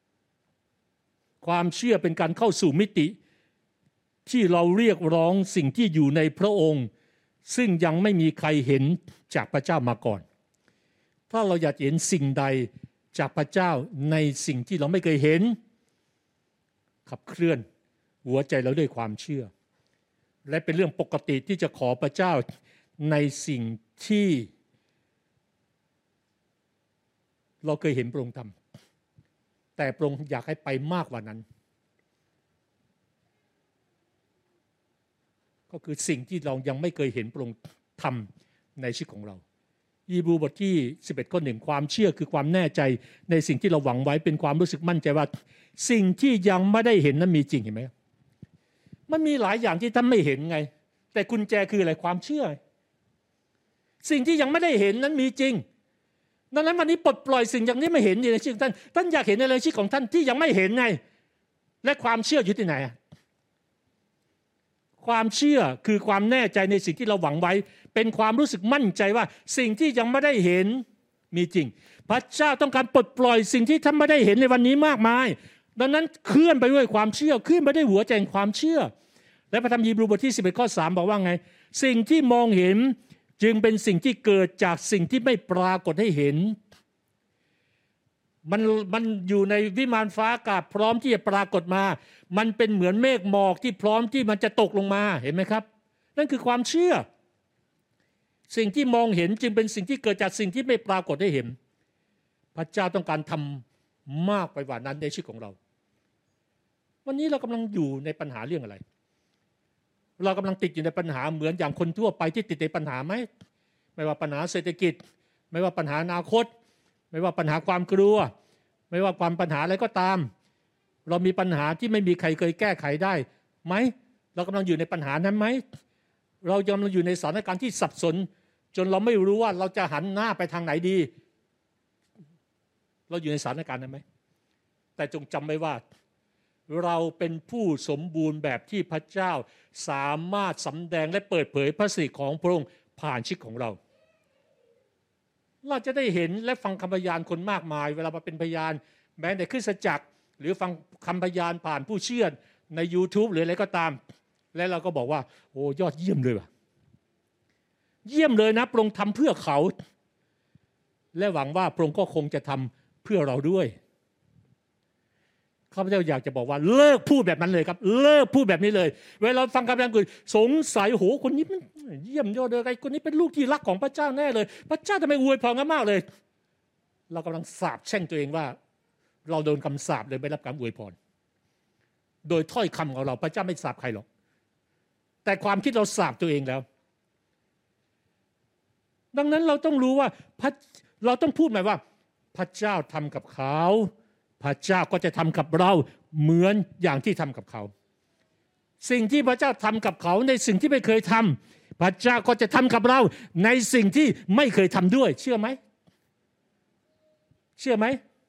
ความเชื่อเป็นการเข้าสู่มิติที่เราเรียกร้องสิ่งที่อยู่ในพระองค์ซึ่งยังไม่มีใครเห็นจากพระเจ้ามาก่อนถ้าเราอยากเห็นสิ่งใดจากพระเจ้าในสิ่งที่เราไม่เคยเห็นขับเคลื่อนหัวใจเราด้วยความเชื่อและเป็นเรื่องปกติที่จะขอพระเจ้าในสิ่งที่เราเคยเห็นพระองค์ทำแต่พระองค์อยากให้ไปมากกว่านั้นก็คือสิ่งที่เรายังไม่เคยเห็นพระองค์ทำในชีวิตของเราฮีบรูบทที่11ข้อ 1ความเชื่อคือความแน่ใจในสิ่งที่เราหวังไว้เป็นความรู้สึกมั่นใจว่าสิ่งที่ยังไม่ได้เห็นนั้นมีจริงเห็นไหมมันมีหลายอย่างที่ท่านไม่เห็นไงแต่กุญแจคืออะไรความเชื่อสิ่งที่ยังไม่ได้เห็นนั้นมีจริงดังนั้นวันนี้ปลดปล่อยสิ่งอย่างนี้ไม่เห็นในชีวิตของท่านอยากเห็นในชีวิตของท่านที่ยังไม่เห็นไงและความเชื่ออยู่ที่ไหนความเชื่อคือความแน่ใจในสิ่งที่เราหวังไว้เป็นความรู้สึกมั่นใจว่าสิ่งที่ยังไม่ได้เห็นมีจริงพระเจ้าต้องการปลดปล่อยสิ่งที่ท่านไม่ได้เห็นในวันนี้มากมายดังนั้นเคลื่อนไปด้วยความเชื่อเคลื่อนไปด้วยหัวใจแห่งความเชื่อและพระธรรมฮีบรูบทที่11ข้อ3บอกว่าไงสิ่งที่มองเห็นจึงเป็นสิ่งที่เกิดจากสิ่งที่ไม่ปรากฏให้เห็นมันอยู่ในวิมานฟ้าอากาศพร้อมที่จะปรากฏมามันเป็นเหมือนเมฆหมอกที่พร้อมที่มันจะตกลงมาเห็นไหมครับนั่นคือความเชื่อสิ่งที่มองเห็นจึงเป็นสิ่งที่เกิดจากสิ่งที่ไม่ปรากฏให้เห็นพระเจ้าต้องการทำมากไปกว่านั้นในชีวิตของเราวันนี้เรากำลังอยู่ในปัญหาเรื่องอะไรเรากำลังติดอยู่ในปัญหาเหมือนอย่างคนทั่วไปที่ติดในปัญหาไหมไม่ว่าปัญหาเศรษฐกิจไม่ว่าปัญหาอนาคตไม่ว่าปัญหาความกลัวไม่ว่าความปัญหาอะไรก็ตามเรามีปัญหาที่ไม่มีใครเคยแก้ไขได้ไหมเรากำลังอยู่ในปัญหานั้นไหมเรากำลังอยู่ในสถานการณ์ที่สับสนจนเราไม่รู้ว่าเราจะหันหน้าไปทางไหนดีเราอยู่ในสถานการณ์นั้นไหมแต่จงจำไว้ว่าเราเป็นผู้สมบูรณ์แบบที่พระเจ้าสามารถสำแดงและเปิดเผยพระสิทธิ์ของพระองค์ผ่านชีวิตของเราจะได้เห็นและฟังคำพยานคนมากมายเวลามาเป็นพยานแม้ในคริสตจักรหรือฟังคำพยานผ่านผู้เชื่อใน YouTube หรืออะไรก็ตามและเราก็บอกว่าโอ้ยอดเยี่ยมเลยว่ะเยี่ยมเลยนะพระองค์ทำเพื่อเขาและหวังว่าพระองค์ก็คงจะทำเพื่อเราด้วยข้าพเจ้าอยากจะบอกว่าเลิกพูดแบบนั้นเลยครับเลิกพูดแบบนี้เลยเวลาฟังคำพยานคนสงสัยโหคนนี้มันเยี่ยมยอดเลยไอ้คนนี้เป็นลูกที่รักของพระเจ้าแน่เลยพระเจ้าทำไมอวยพรกันมากเลยเรากำลังสาปแช่งตัวเองว่าเราโดนคำสาปเลยไม่รับการอวยพรโดยถ้อยคำของเราพระเจ้าไม่สาปใครหรอกแต่ความคิดเราสาปตัวเองแล้วดังนั้นเราต้องรู้ว่าเราต้องพูดหมายว่าพระเจ้าทำกับเขาพระเจ้าก็จะทำกับเราเหมือนอย่างที่ทำกับเขาสิ่งที่พระเจ้าทำกับเขาในสิ่งที่ไม่เคยทำพระเจ้าก็จะทำกับเราในสิ่งที่ไม่เคยทำด้วยเชื่อไหมเชื่อไหม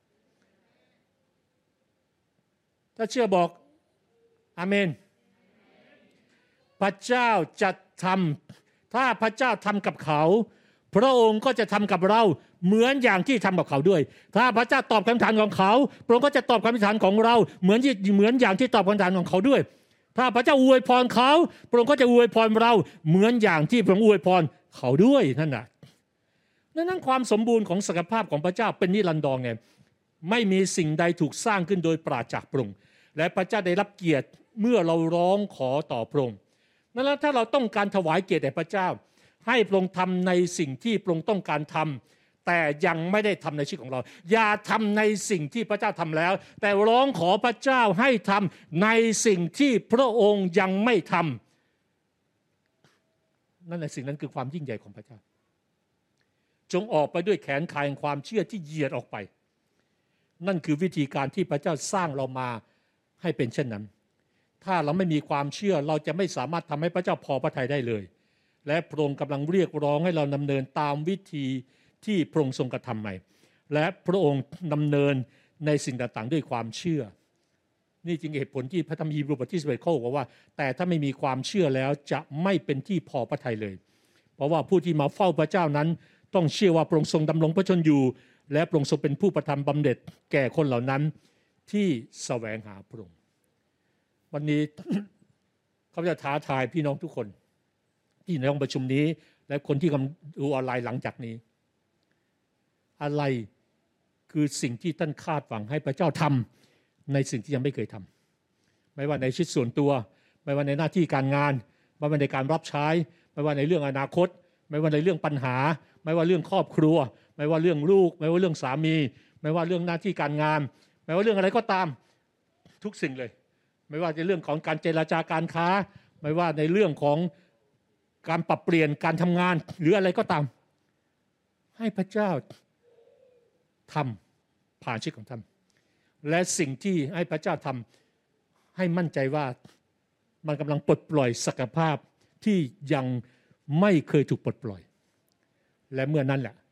ถ้าเชื่อบอกอาเมนพระเจ้าจะทำถ้าพระเจ้าทำกับเขาพระองค์ก็จะทำกับเราเหมือนอย่างที่ทำกับเขาด้วยถ้าพระเจ้าตอบคำถามของเขาพระองค์ก็จะตอบคำถามของเราเหมือนอย่างที่ตอบคำถามของเขาด้วยถ้าพระเจ้าอวยพรเขาพระองค์ก็จะอวยพรเราเหมือนอย่างที่พระองค์อวยพรเขาด้วยนั่นแหละนั้นความสมบูรณ์ของศักยภาพของพระเจ้าเป็นนิรันดรไงไม่มีสิ่งใดถูกสร้างขึ้นโดยปราศจากพระองค์และพระเจ้าได้รับเกียรติเมื่อเราร้องขอต่อพระองค์นั้นถ้าเราต้องการถวายเกียรติแด่พระเจ้าให้พระองค์ทำในสิ่งที่พระองค์ต้องการทำแต่ยังไม่ได้ทำในชีวิตของเราอย่าทำในสิ่งที่พระเจ้าทำแล้วแต่ร้องขอพระเจ้าให้ทำในสิ่งที่พระองค์ยังไม่ทำนั่นแหละสิ่งนั้นคือความยิ่งใหญ่ของพระเจ้าจงออกไปด้วยแขนข่ายแห่งความเชื่อที่เหยียดออกไปนั่นคือวิธีการที่พระเจ้าสร้างเรามาให้เป็นเช่นนั้นถ้าเราไม่มีความเชื่อเราจะไม่สามารถทำให้พระเจ้าพอพระทัยได้เลยและพระองค์กำลังเรียกร้องให้เราดำเนินตามวิธีที่พระองค์ทรงกระทำใหม่และพระองค์ดำเนินในสิ่งต่างๆด้วยความเชื่อนี่จึงเหตุผลที่พระธรรมฮีบรูบทที่11ข้อบอกว่าแต่ถ้าไม่มีความเชื่อแล้วจะไม่เป็นที่พอพระทัยเลยเพราะว่าผู้ที่มาเฝ้าพระเจ้านั้นต้องเชื่อว่าพระองค์ทรงดำรงพระชนอยู่และพระองค์ทรงเป็นผู้ประทานบำเหน็จแก่คนเหล่านั้นที่แสวงหาพระองค์วันนี้ เขาจะท้าทายพี่น้องทุกคนที่ในห้องประชุมนี้และคนที่กำลังดูออนไลน์หลังจากนี้อะไรคือสิ่งที่ท่านคาดหวังให้พระเจ้าทำในสิ่งที่ยังไม่เคยทำไม่ว่าในชีวิตส่วนตัวไม่ว่าในหน้าที่การงานไม่ว่าในการรับใช้ไม่ว่าในเรื่องอนาคตไม่ว่าในเรื่องปัญหาไม่ว่าเรื่องครอบครัวไม่ว่าเรื่องลูกไม่ว่าเรื่องสามีไม่ว่าเรื่องหน้าที่การงานไม่ว่าเรื่องอะไรก็ตามทุกสิ่งเลยไม่ว่าในเรื่องของการเจรจาการค้าไม่ว่าในเรื่องของการปรับเปลี่ยนการทำงานหรืออะไรก็ตามให้พระเจ้าทำผ่านชีวิตของท่านและสิ่งที่ให้พระเจ้าทำให้มั่นใจว่ามันกำลังปลดปล่อยศักยภาพที่ยังไม่เคยถูกปลดปล่อยและเมื่อนั้นแหละ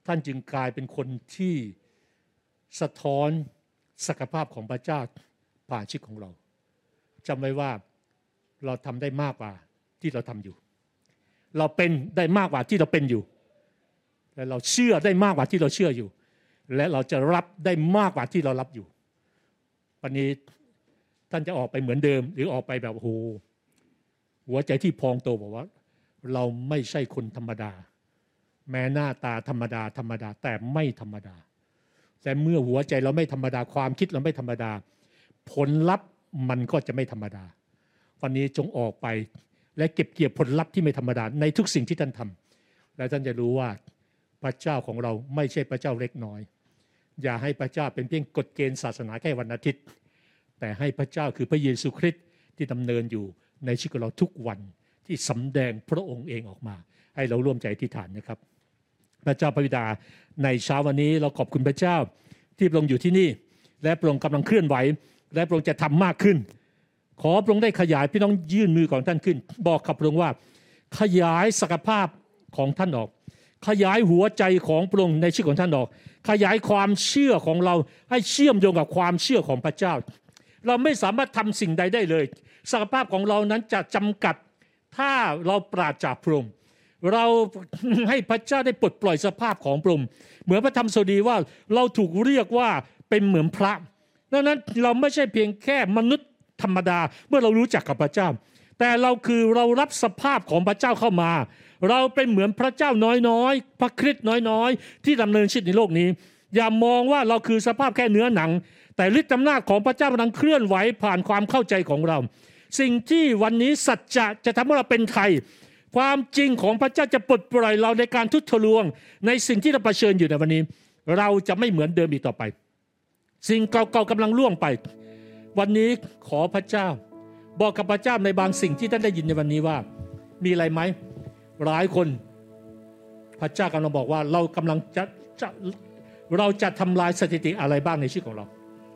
ท่านจึงกลายเป็นคนที่สะท้อนศักยภาพของพระเจ้าผ่านชีวิตของเราจำไว้ว่าเราทำได้มากกว่าที่เราทำอยู่เราเป็นได้มากกว่าที่เราเป็นอยู่และเราเชื่อได้มากกว่าที่เราเชื่ออยู่และเราจะรับได้มากกว่าที่เรารับอยู่วันนี้ท่านจะออกไปเหมือนเดิมหรือออกไปแบบโอ้โหหัวใจที่พองโตบอกว่าเราไม่ใช่คนธรรมดาแม้หน้าตาธรรมดาแต่ไม่ธรรมดาแต่เมื่อหัวใจเราไม่ธรรมดาความคิดเราไม่ธรรมดาผลลัพธ์มันก็จะไม่ธรรมดาวันนี้จงออกไปและเก็บเกี่ยวผลลัพธ์ที่ไม่ธรรมดาในทุกสิ่งที่ท่านทำและท่านจะรู้ว่าพระเจ้าของเราไม่ใช่พระเจ้าเล็กน้อยอย่าให้พระเจ้าเป็นเพียงกฎเกณฑ์ศาสนาแค่วันอาทิตย์แต่ให้พระเจ้าคือพระเยซูคริสต์ที่ดำเนินอยู่ในชีวิตของเราทุกวันที่สำแดงพระองค์เองออกมาให้เราร่วมใจอธิษฐานนะครับพระเจ้าพระบิดาในเช้าวันนี้เราขอบคุณพระเจ้าที่พระองค์อยู่ที่นี่และพระองค์กำลังเคลื่อนไหวและพระองค์จะทำมากขึ้นขอพระองค์ได้ขยายพี่น้องยื่นมือของท่านขึ้นบอกกับพระองค์ว่าขยายศักยภาพของท่านออกขยายหัวใจของพระองค์ในชีวิตของท่านออกขยายความเชื่อของเราให้เชื่อมโยงกับความเชื่อของพระเจ้าเราไม่สามารถทำสิ่งใดได้เลยศักยภาพของเรานั้นจะจำกัดถ้าเราปราศจากพระองค์เราให้พระเจ้าได้ปลดปล่อยสภาพของพระองค์เหมือนพระธรรมสดีว่าเราถูกเรียกว่าเป็นเหมือนพระดังนั้นเราไม่ใช่เพียงแค่มนุษย์ธรรมดาเมื่อเรารู้จักกับพระเจ้าแต่เรารับสภาพของพระเจ้าเข้ามาเราเป็นเหมือนพระเจ้าน้อยๆพระคริสต์น้อยๆที่ดำเนินชีวิตในโลกนี้อย่ามองว่าเราคือสภาพแค่เนื้อหนังแต่ฤทธิ์อำนาจของพระเจ้ากำลังเคลื่อนไหวผ่านความเข้าใจของเราสิ่งที่วันนี้สัจจะทำให้เราเป็นไทยความจริงของพระเจ้าจะปลดปล่อยเราในการทุตทะลวงในสิ่งที่เราเผชิญอยู่ในวันนี้เราจะไม่เหมือนเดิมอีกต่อไปสิ่งเก่าๆกำลังล่วงไปวันนี้ขอพระเจ้าบอกกับพระเจ้าในบางสิ่งที่ท่านได้ยินในวันนี้ว่ามีอะไรไหมหลายคนพระเจ้ากำลังบอกว่าเรากำลังเราจะทำลายสถิติอะไรบ้างในชีวิตของเรา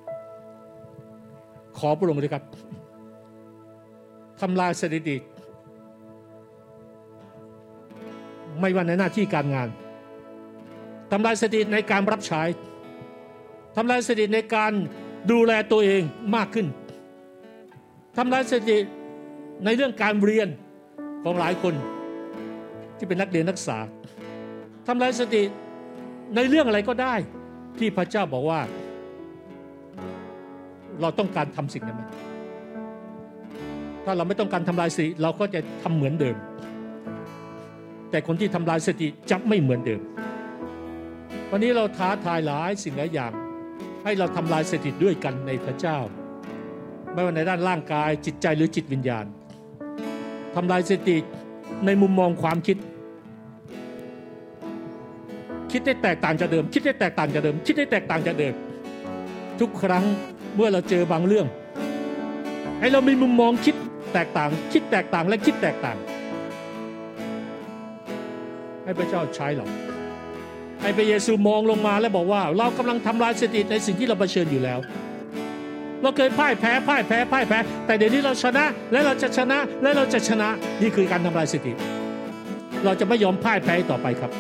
ขอพระองค์ด้วยครับทำลายสถิติไม่ว่าในหน้าที่การงานทำลายสถิติในการรับใช้ทำลายสถิติในการดูแลตัวเองมากขึ้นทำลายสถิติในเรื่องการเรียนของหลายคนที่เป็นนักเรียนนักศึกษาทำลายสถิติในเรื่องอะไรก็ได้ที่พระเจ้าบอกว่าเราต้องการทำสิ่งนั้นไหมถ้าเราไม่ต้องการทำลายสถิติเราก็จะทำเหมือนเดิมแต่คนที่ทำลายสถิติจะไม่เหมือนเดิมวันนี้เราท้าทายหลายสิ่งหลายอย่างให้เราทำลายสถิติด้วยกันในพระเจ้าไม่ว่าในด้านร่างกายจิตใจหรือจิตวิญญาณทำลายสถิติในมุมมองความคิดได้แตกต่างจากเดิมคิดได้แตกต่างจากเดิมคิดได้แตกต่างจากเดิมทุกครั้งเมื่อเราเจอบางเรื่องให้เรามีมุมมองคิดแตกต่างคิดแตกต่างและคิดแตกต่างให้พระเจ้าใช้เราให้พระเยซูมองลงมาและบอกว่าเรากำลังทำลายสถิติในสิ่งที่เราเผชิญอยู่แล้วเราเคยพ่ายแพ้แต่เดี๋ยวนี้เราชนะและเราจะชนะและเราจะชนะนี่คือการทำลายสถิติเราจะไม่ยอมพ่ายแพ้ต่อไปครับ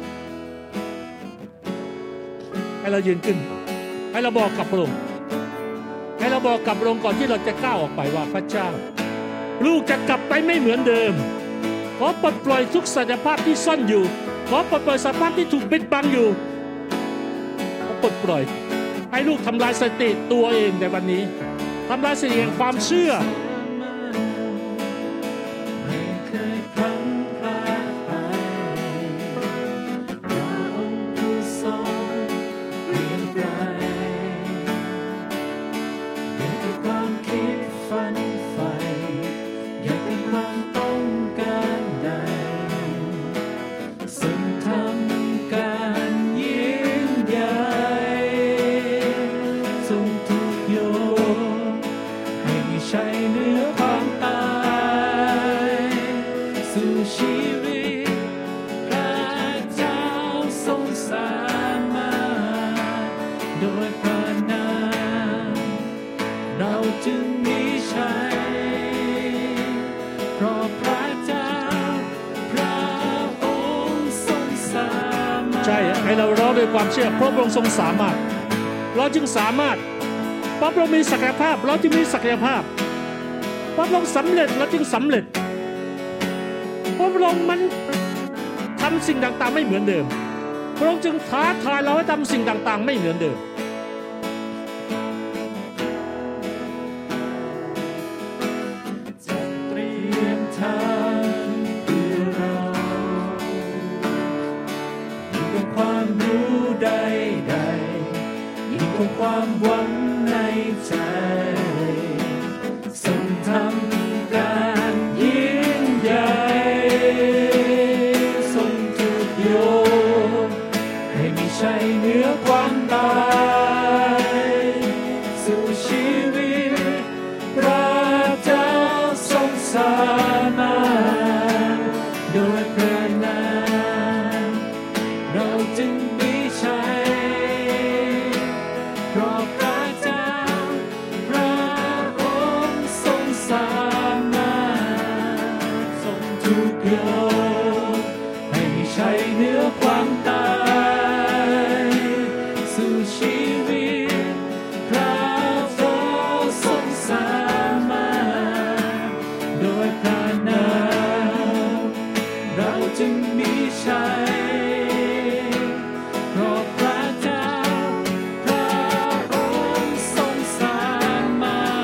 ให้เรายืนขึ้นให้เราบอกกับพระองค์ให้เราบอกกับพระองค์ก่อนที่เราจะก้าวออกไปว่าพระเจ้าลูกจะกลับไปไม่เหมือนเดิมขอปลดปล่อยทุกศักยภาพที่ซ่อนอยู่ขอปลดปล่อยศักยภาพที่ถูกปิดบังอยู่ขอปลดปล่อยให้ลูกทำลายสติตัวเองในวันนี้ทำลายสติแห่งความเชื่อใช่ให้เราร้องด้วยความเชื่อเพราะพระองค์ทรงสามารถเราจึงสามารถเพราะพระองค์มีศักยภาพเราจึงมีศักยภาพเพราะพระองค์สำเร็จเราจึงสำเร็จเพราะพระองค์มันทำสิ่งต่างๆไม่เหมือนเดิมพระองค์จึงท้าทายเราให้ทำสิ่งต่างๆไม่เหมือนเดิมจะเตรียมทางเพื่อเรายิ่งกว่าความรู้ใดๆยิ่งกว่าความหวังในใจทรงทำการยิ่งใหญ่ทรงถูกโยกให้มีชัยเหนือความตายสู่ชีวิตพระเจ้าทรงสามารถโดยพระนามเราจึงมีชัยเพราะพระเจ้าพระองค์ทรงสามารถทรงถูกโยกให้มีชัยเหนือความตายสู่ชีวิตพระเจ้าทรงสามารถโดยพระนามเราจึงมีชัยเพราะพระเจ้าพระองค์ทรงสามาร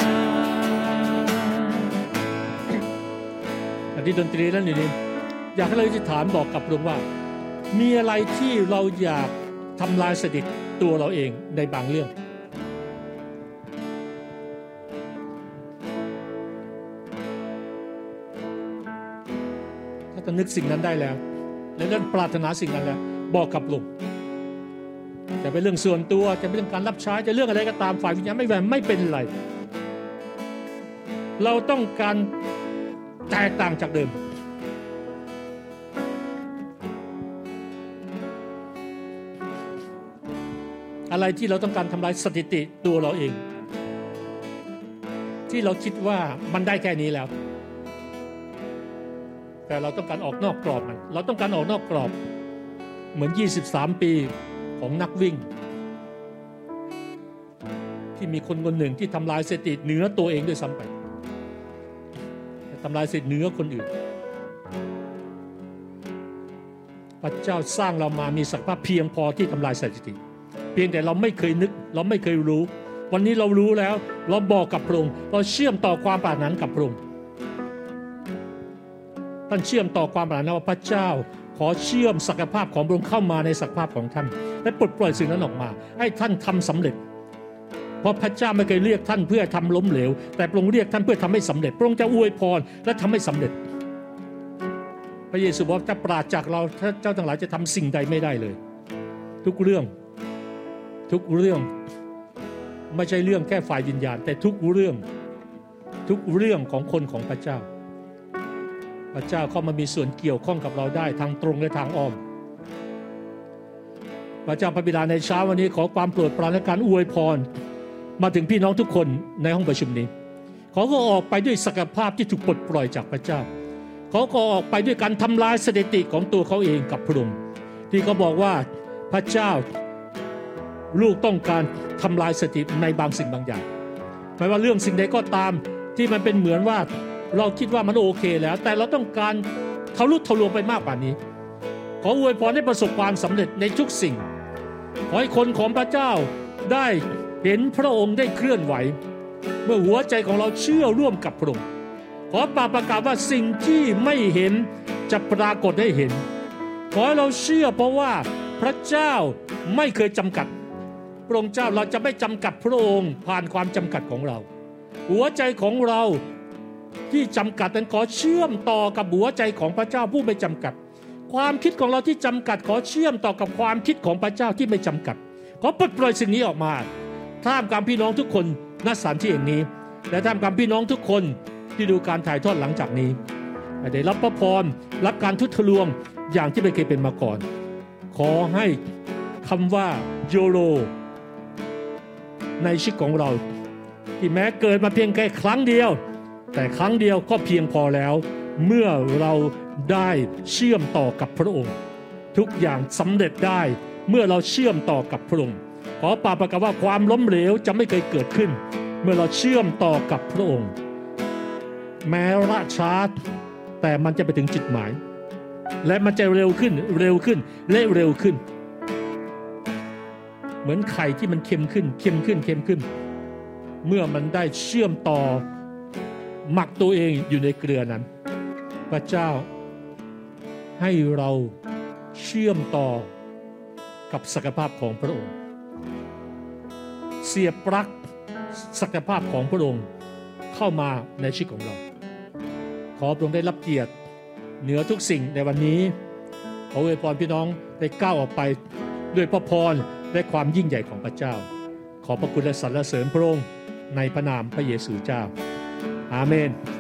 ถอันที่ดนตรีนั่นนี่อยากให้เราอธิษฐานบอกกับพระองค์ว่ามีอะไรที่เราอยากทำลายสถิตตัวเราเองในบางเรื่องถ้าจะนึกสิ่งนั้นได้แล้วและเรื่องปรารถนาสิ่งนั้นแล้วบอกกับพระองค์จะเป็นเรื่องส่วนตัวจะเป็นเรื่องการรับใช้จะเรื่องอะไรก็ตามฝ่ายวิญญาณไม่แหวนไม่เป็นไรเราต้องการแตกต่างจากเดิมอะไรที่เราต้องการทำลายสถิติตัวเราเองที่เราคิดว่ามันได้แค่นี้แล้วแต่เราต้องการออกนอกกรอบมันเราต้องการออกนอกกรอบเหมือน23ปีของนักวิ่งที่มีคนคนหนึ่งที่ทำลายสถิติเหนือตัวเองด้วยซ้ำไปทำลายสถิติเหนือคนอื่นพระเจ้าสร้างเรามามีศักยภาพเพียงพอที่ทำลายสถิติเพียงแต่เราไม่เคยนึกเราไม่เคยรู้วันนี้เรารู้แล้วเราบอกกับพระองค์เราเชื่อมต่อความปรารถนากับพระองค์ท่านเชื่อมต่อความปรารถนาว่าพระเจ้าขอเชื่อมศักยภาพของพระองค์เข้ามาในศักยภาพของท่านและปลดปล่อยสิ่งนั้นออกมาให้ท่านทำสำเร็จเพราะพระเจ้าไม่เคยเรียกท่านเพื่อทำล้มเหลวแต่พระองค์เรียกท่านเพื่อทำให้สำเร็จพระองค์จะอวยพรและทำให้สำเร็จพระเยซูบอกถ้าปราศจากเราเจ้าทั้งหลายจะทำสิ่งใดไม่ได้เลยทุกเรื่องไม่ใช่เรื่องแค่ฝ่ายวิญญาณแต่ทุกเรื่องของคนของพระเจ้าพระเจ้าเข้ามามีส่วนเกี่ยวข้องกับเราได้ทางตรงและทางอ้อมพระเจ้าพระบิดาในเช้าวันนี้ขอความโปรดปรานและการอวยพรมาถึงพี่น้องทุกคนในห้องประชุมนี้ขอเขาออกไปด้วยศักยภาพที่ถูกปลดปล่อยจากพระเจ้าขอเขาออกไปด้วยการทำลายสถิติของตัวเขาเองกับพระองค์ที่เขาบอกว่าพระเจ้าลูกต้องการทำลายสถิติในบางสิ่งบางอย่างไม่ว่าเรื่องสิ่งใดก็ตามที่มันเป็นเหมือนว่าเราคิดว่ามันโอเคแล้วแต่เราต้องการทะลุทะลวงไปมากกว่านี้ขออวยพรให้ประสบความสำเร็จในทุกสิ่งขอให้คนของพระเจ้าได้เห็นพระองค์ได้เคลื่อนไหวเมื่อหัวใจของเราเชื่อร่วมกับพระองค์ขอประกาศว่าสิ่งที่ไม่เห็นจะปรากฏให้เห็นขอให้เราเชื่อเพราะว่าพระเจ้าไม่เคยจำกัดพระองค์เจ้าเราจะไม่จำกัดพระองค์ผ่านความจำกัดของเราหัวใจของเราที่จำกัดนั้นขอเชื่อมต่อกับหัวใจของพระเจ้าผู้ไม่จำกัดความคิดของเราที่จำกัดขอเชื่อมต่อกับความคิดของพระเจ้าที่ไม่จำกัดขอปลดปล่อยสิ่งนี้ออกมาท่ามกลางพี่น้องทุกคนณสถานที่แห่งนี้และท่ามกลางพี่น้องทุกคนที่ดูการถ่ายทอดหลังจากนี้ได้รับพระพรรับการทุทะลวงอย่างที่ไม่เคยเป็นมาก่อนขอให้คำว่าโยโรในชีวิตของเราที่แม้เกิดมาเพียงแค่ครั้งเดียวแต่ครั้งเดียวก็เพียงพอแล้วเมื่อเราได้เชื่อมต่อกับพระองค์ทุกอย่างสำเร็จได้เมื่อเราเชื่อมต่อกับพระองค์ขอป่าประกาศว่าความล้มเหลวจะไม่เคยเกิดขึ้นเมื่อเราเชื่อมต่อกับพระองค์แม้ล่าช้าแต่มันจะไปถึงจุดหมายและมันจะเร็วขึ้นและเร็วขึ้นเหมือนไข่ที่มันเค็มขึ้นเมื่อมันได้เชื่อมต่อหมักตัวเองอยู่ในเกลือนั้นพระเจ้าให้เราเชื่อมต่อกับศักยภาพของพระองค์เสียบปลั๊กศักยภาพของพระองค์เข้ามาในชีวิตของเราขอพระองค์ได้รับเกียรติเหนือทุกสิ่งในวันนี้ขออวยพรพี่น้องได้ก้าวออกไปด้วยพระพรและความยิ่งใหญ่ของพระเจ้าขอพระคุณและสรรเสริญพระองค์ในพระนามพระเยซูเจ้าอาเมน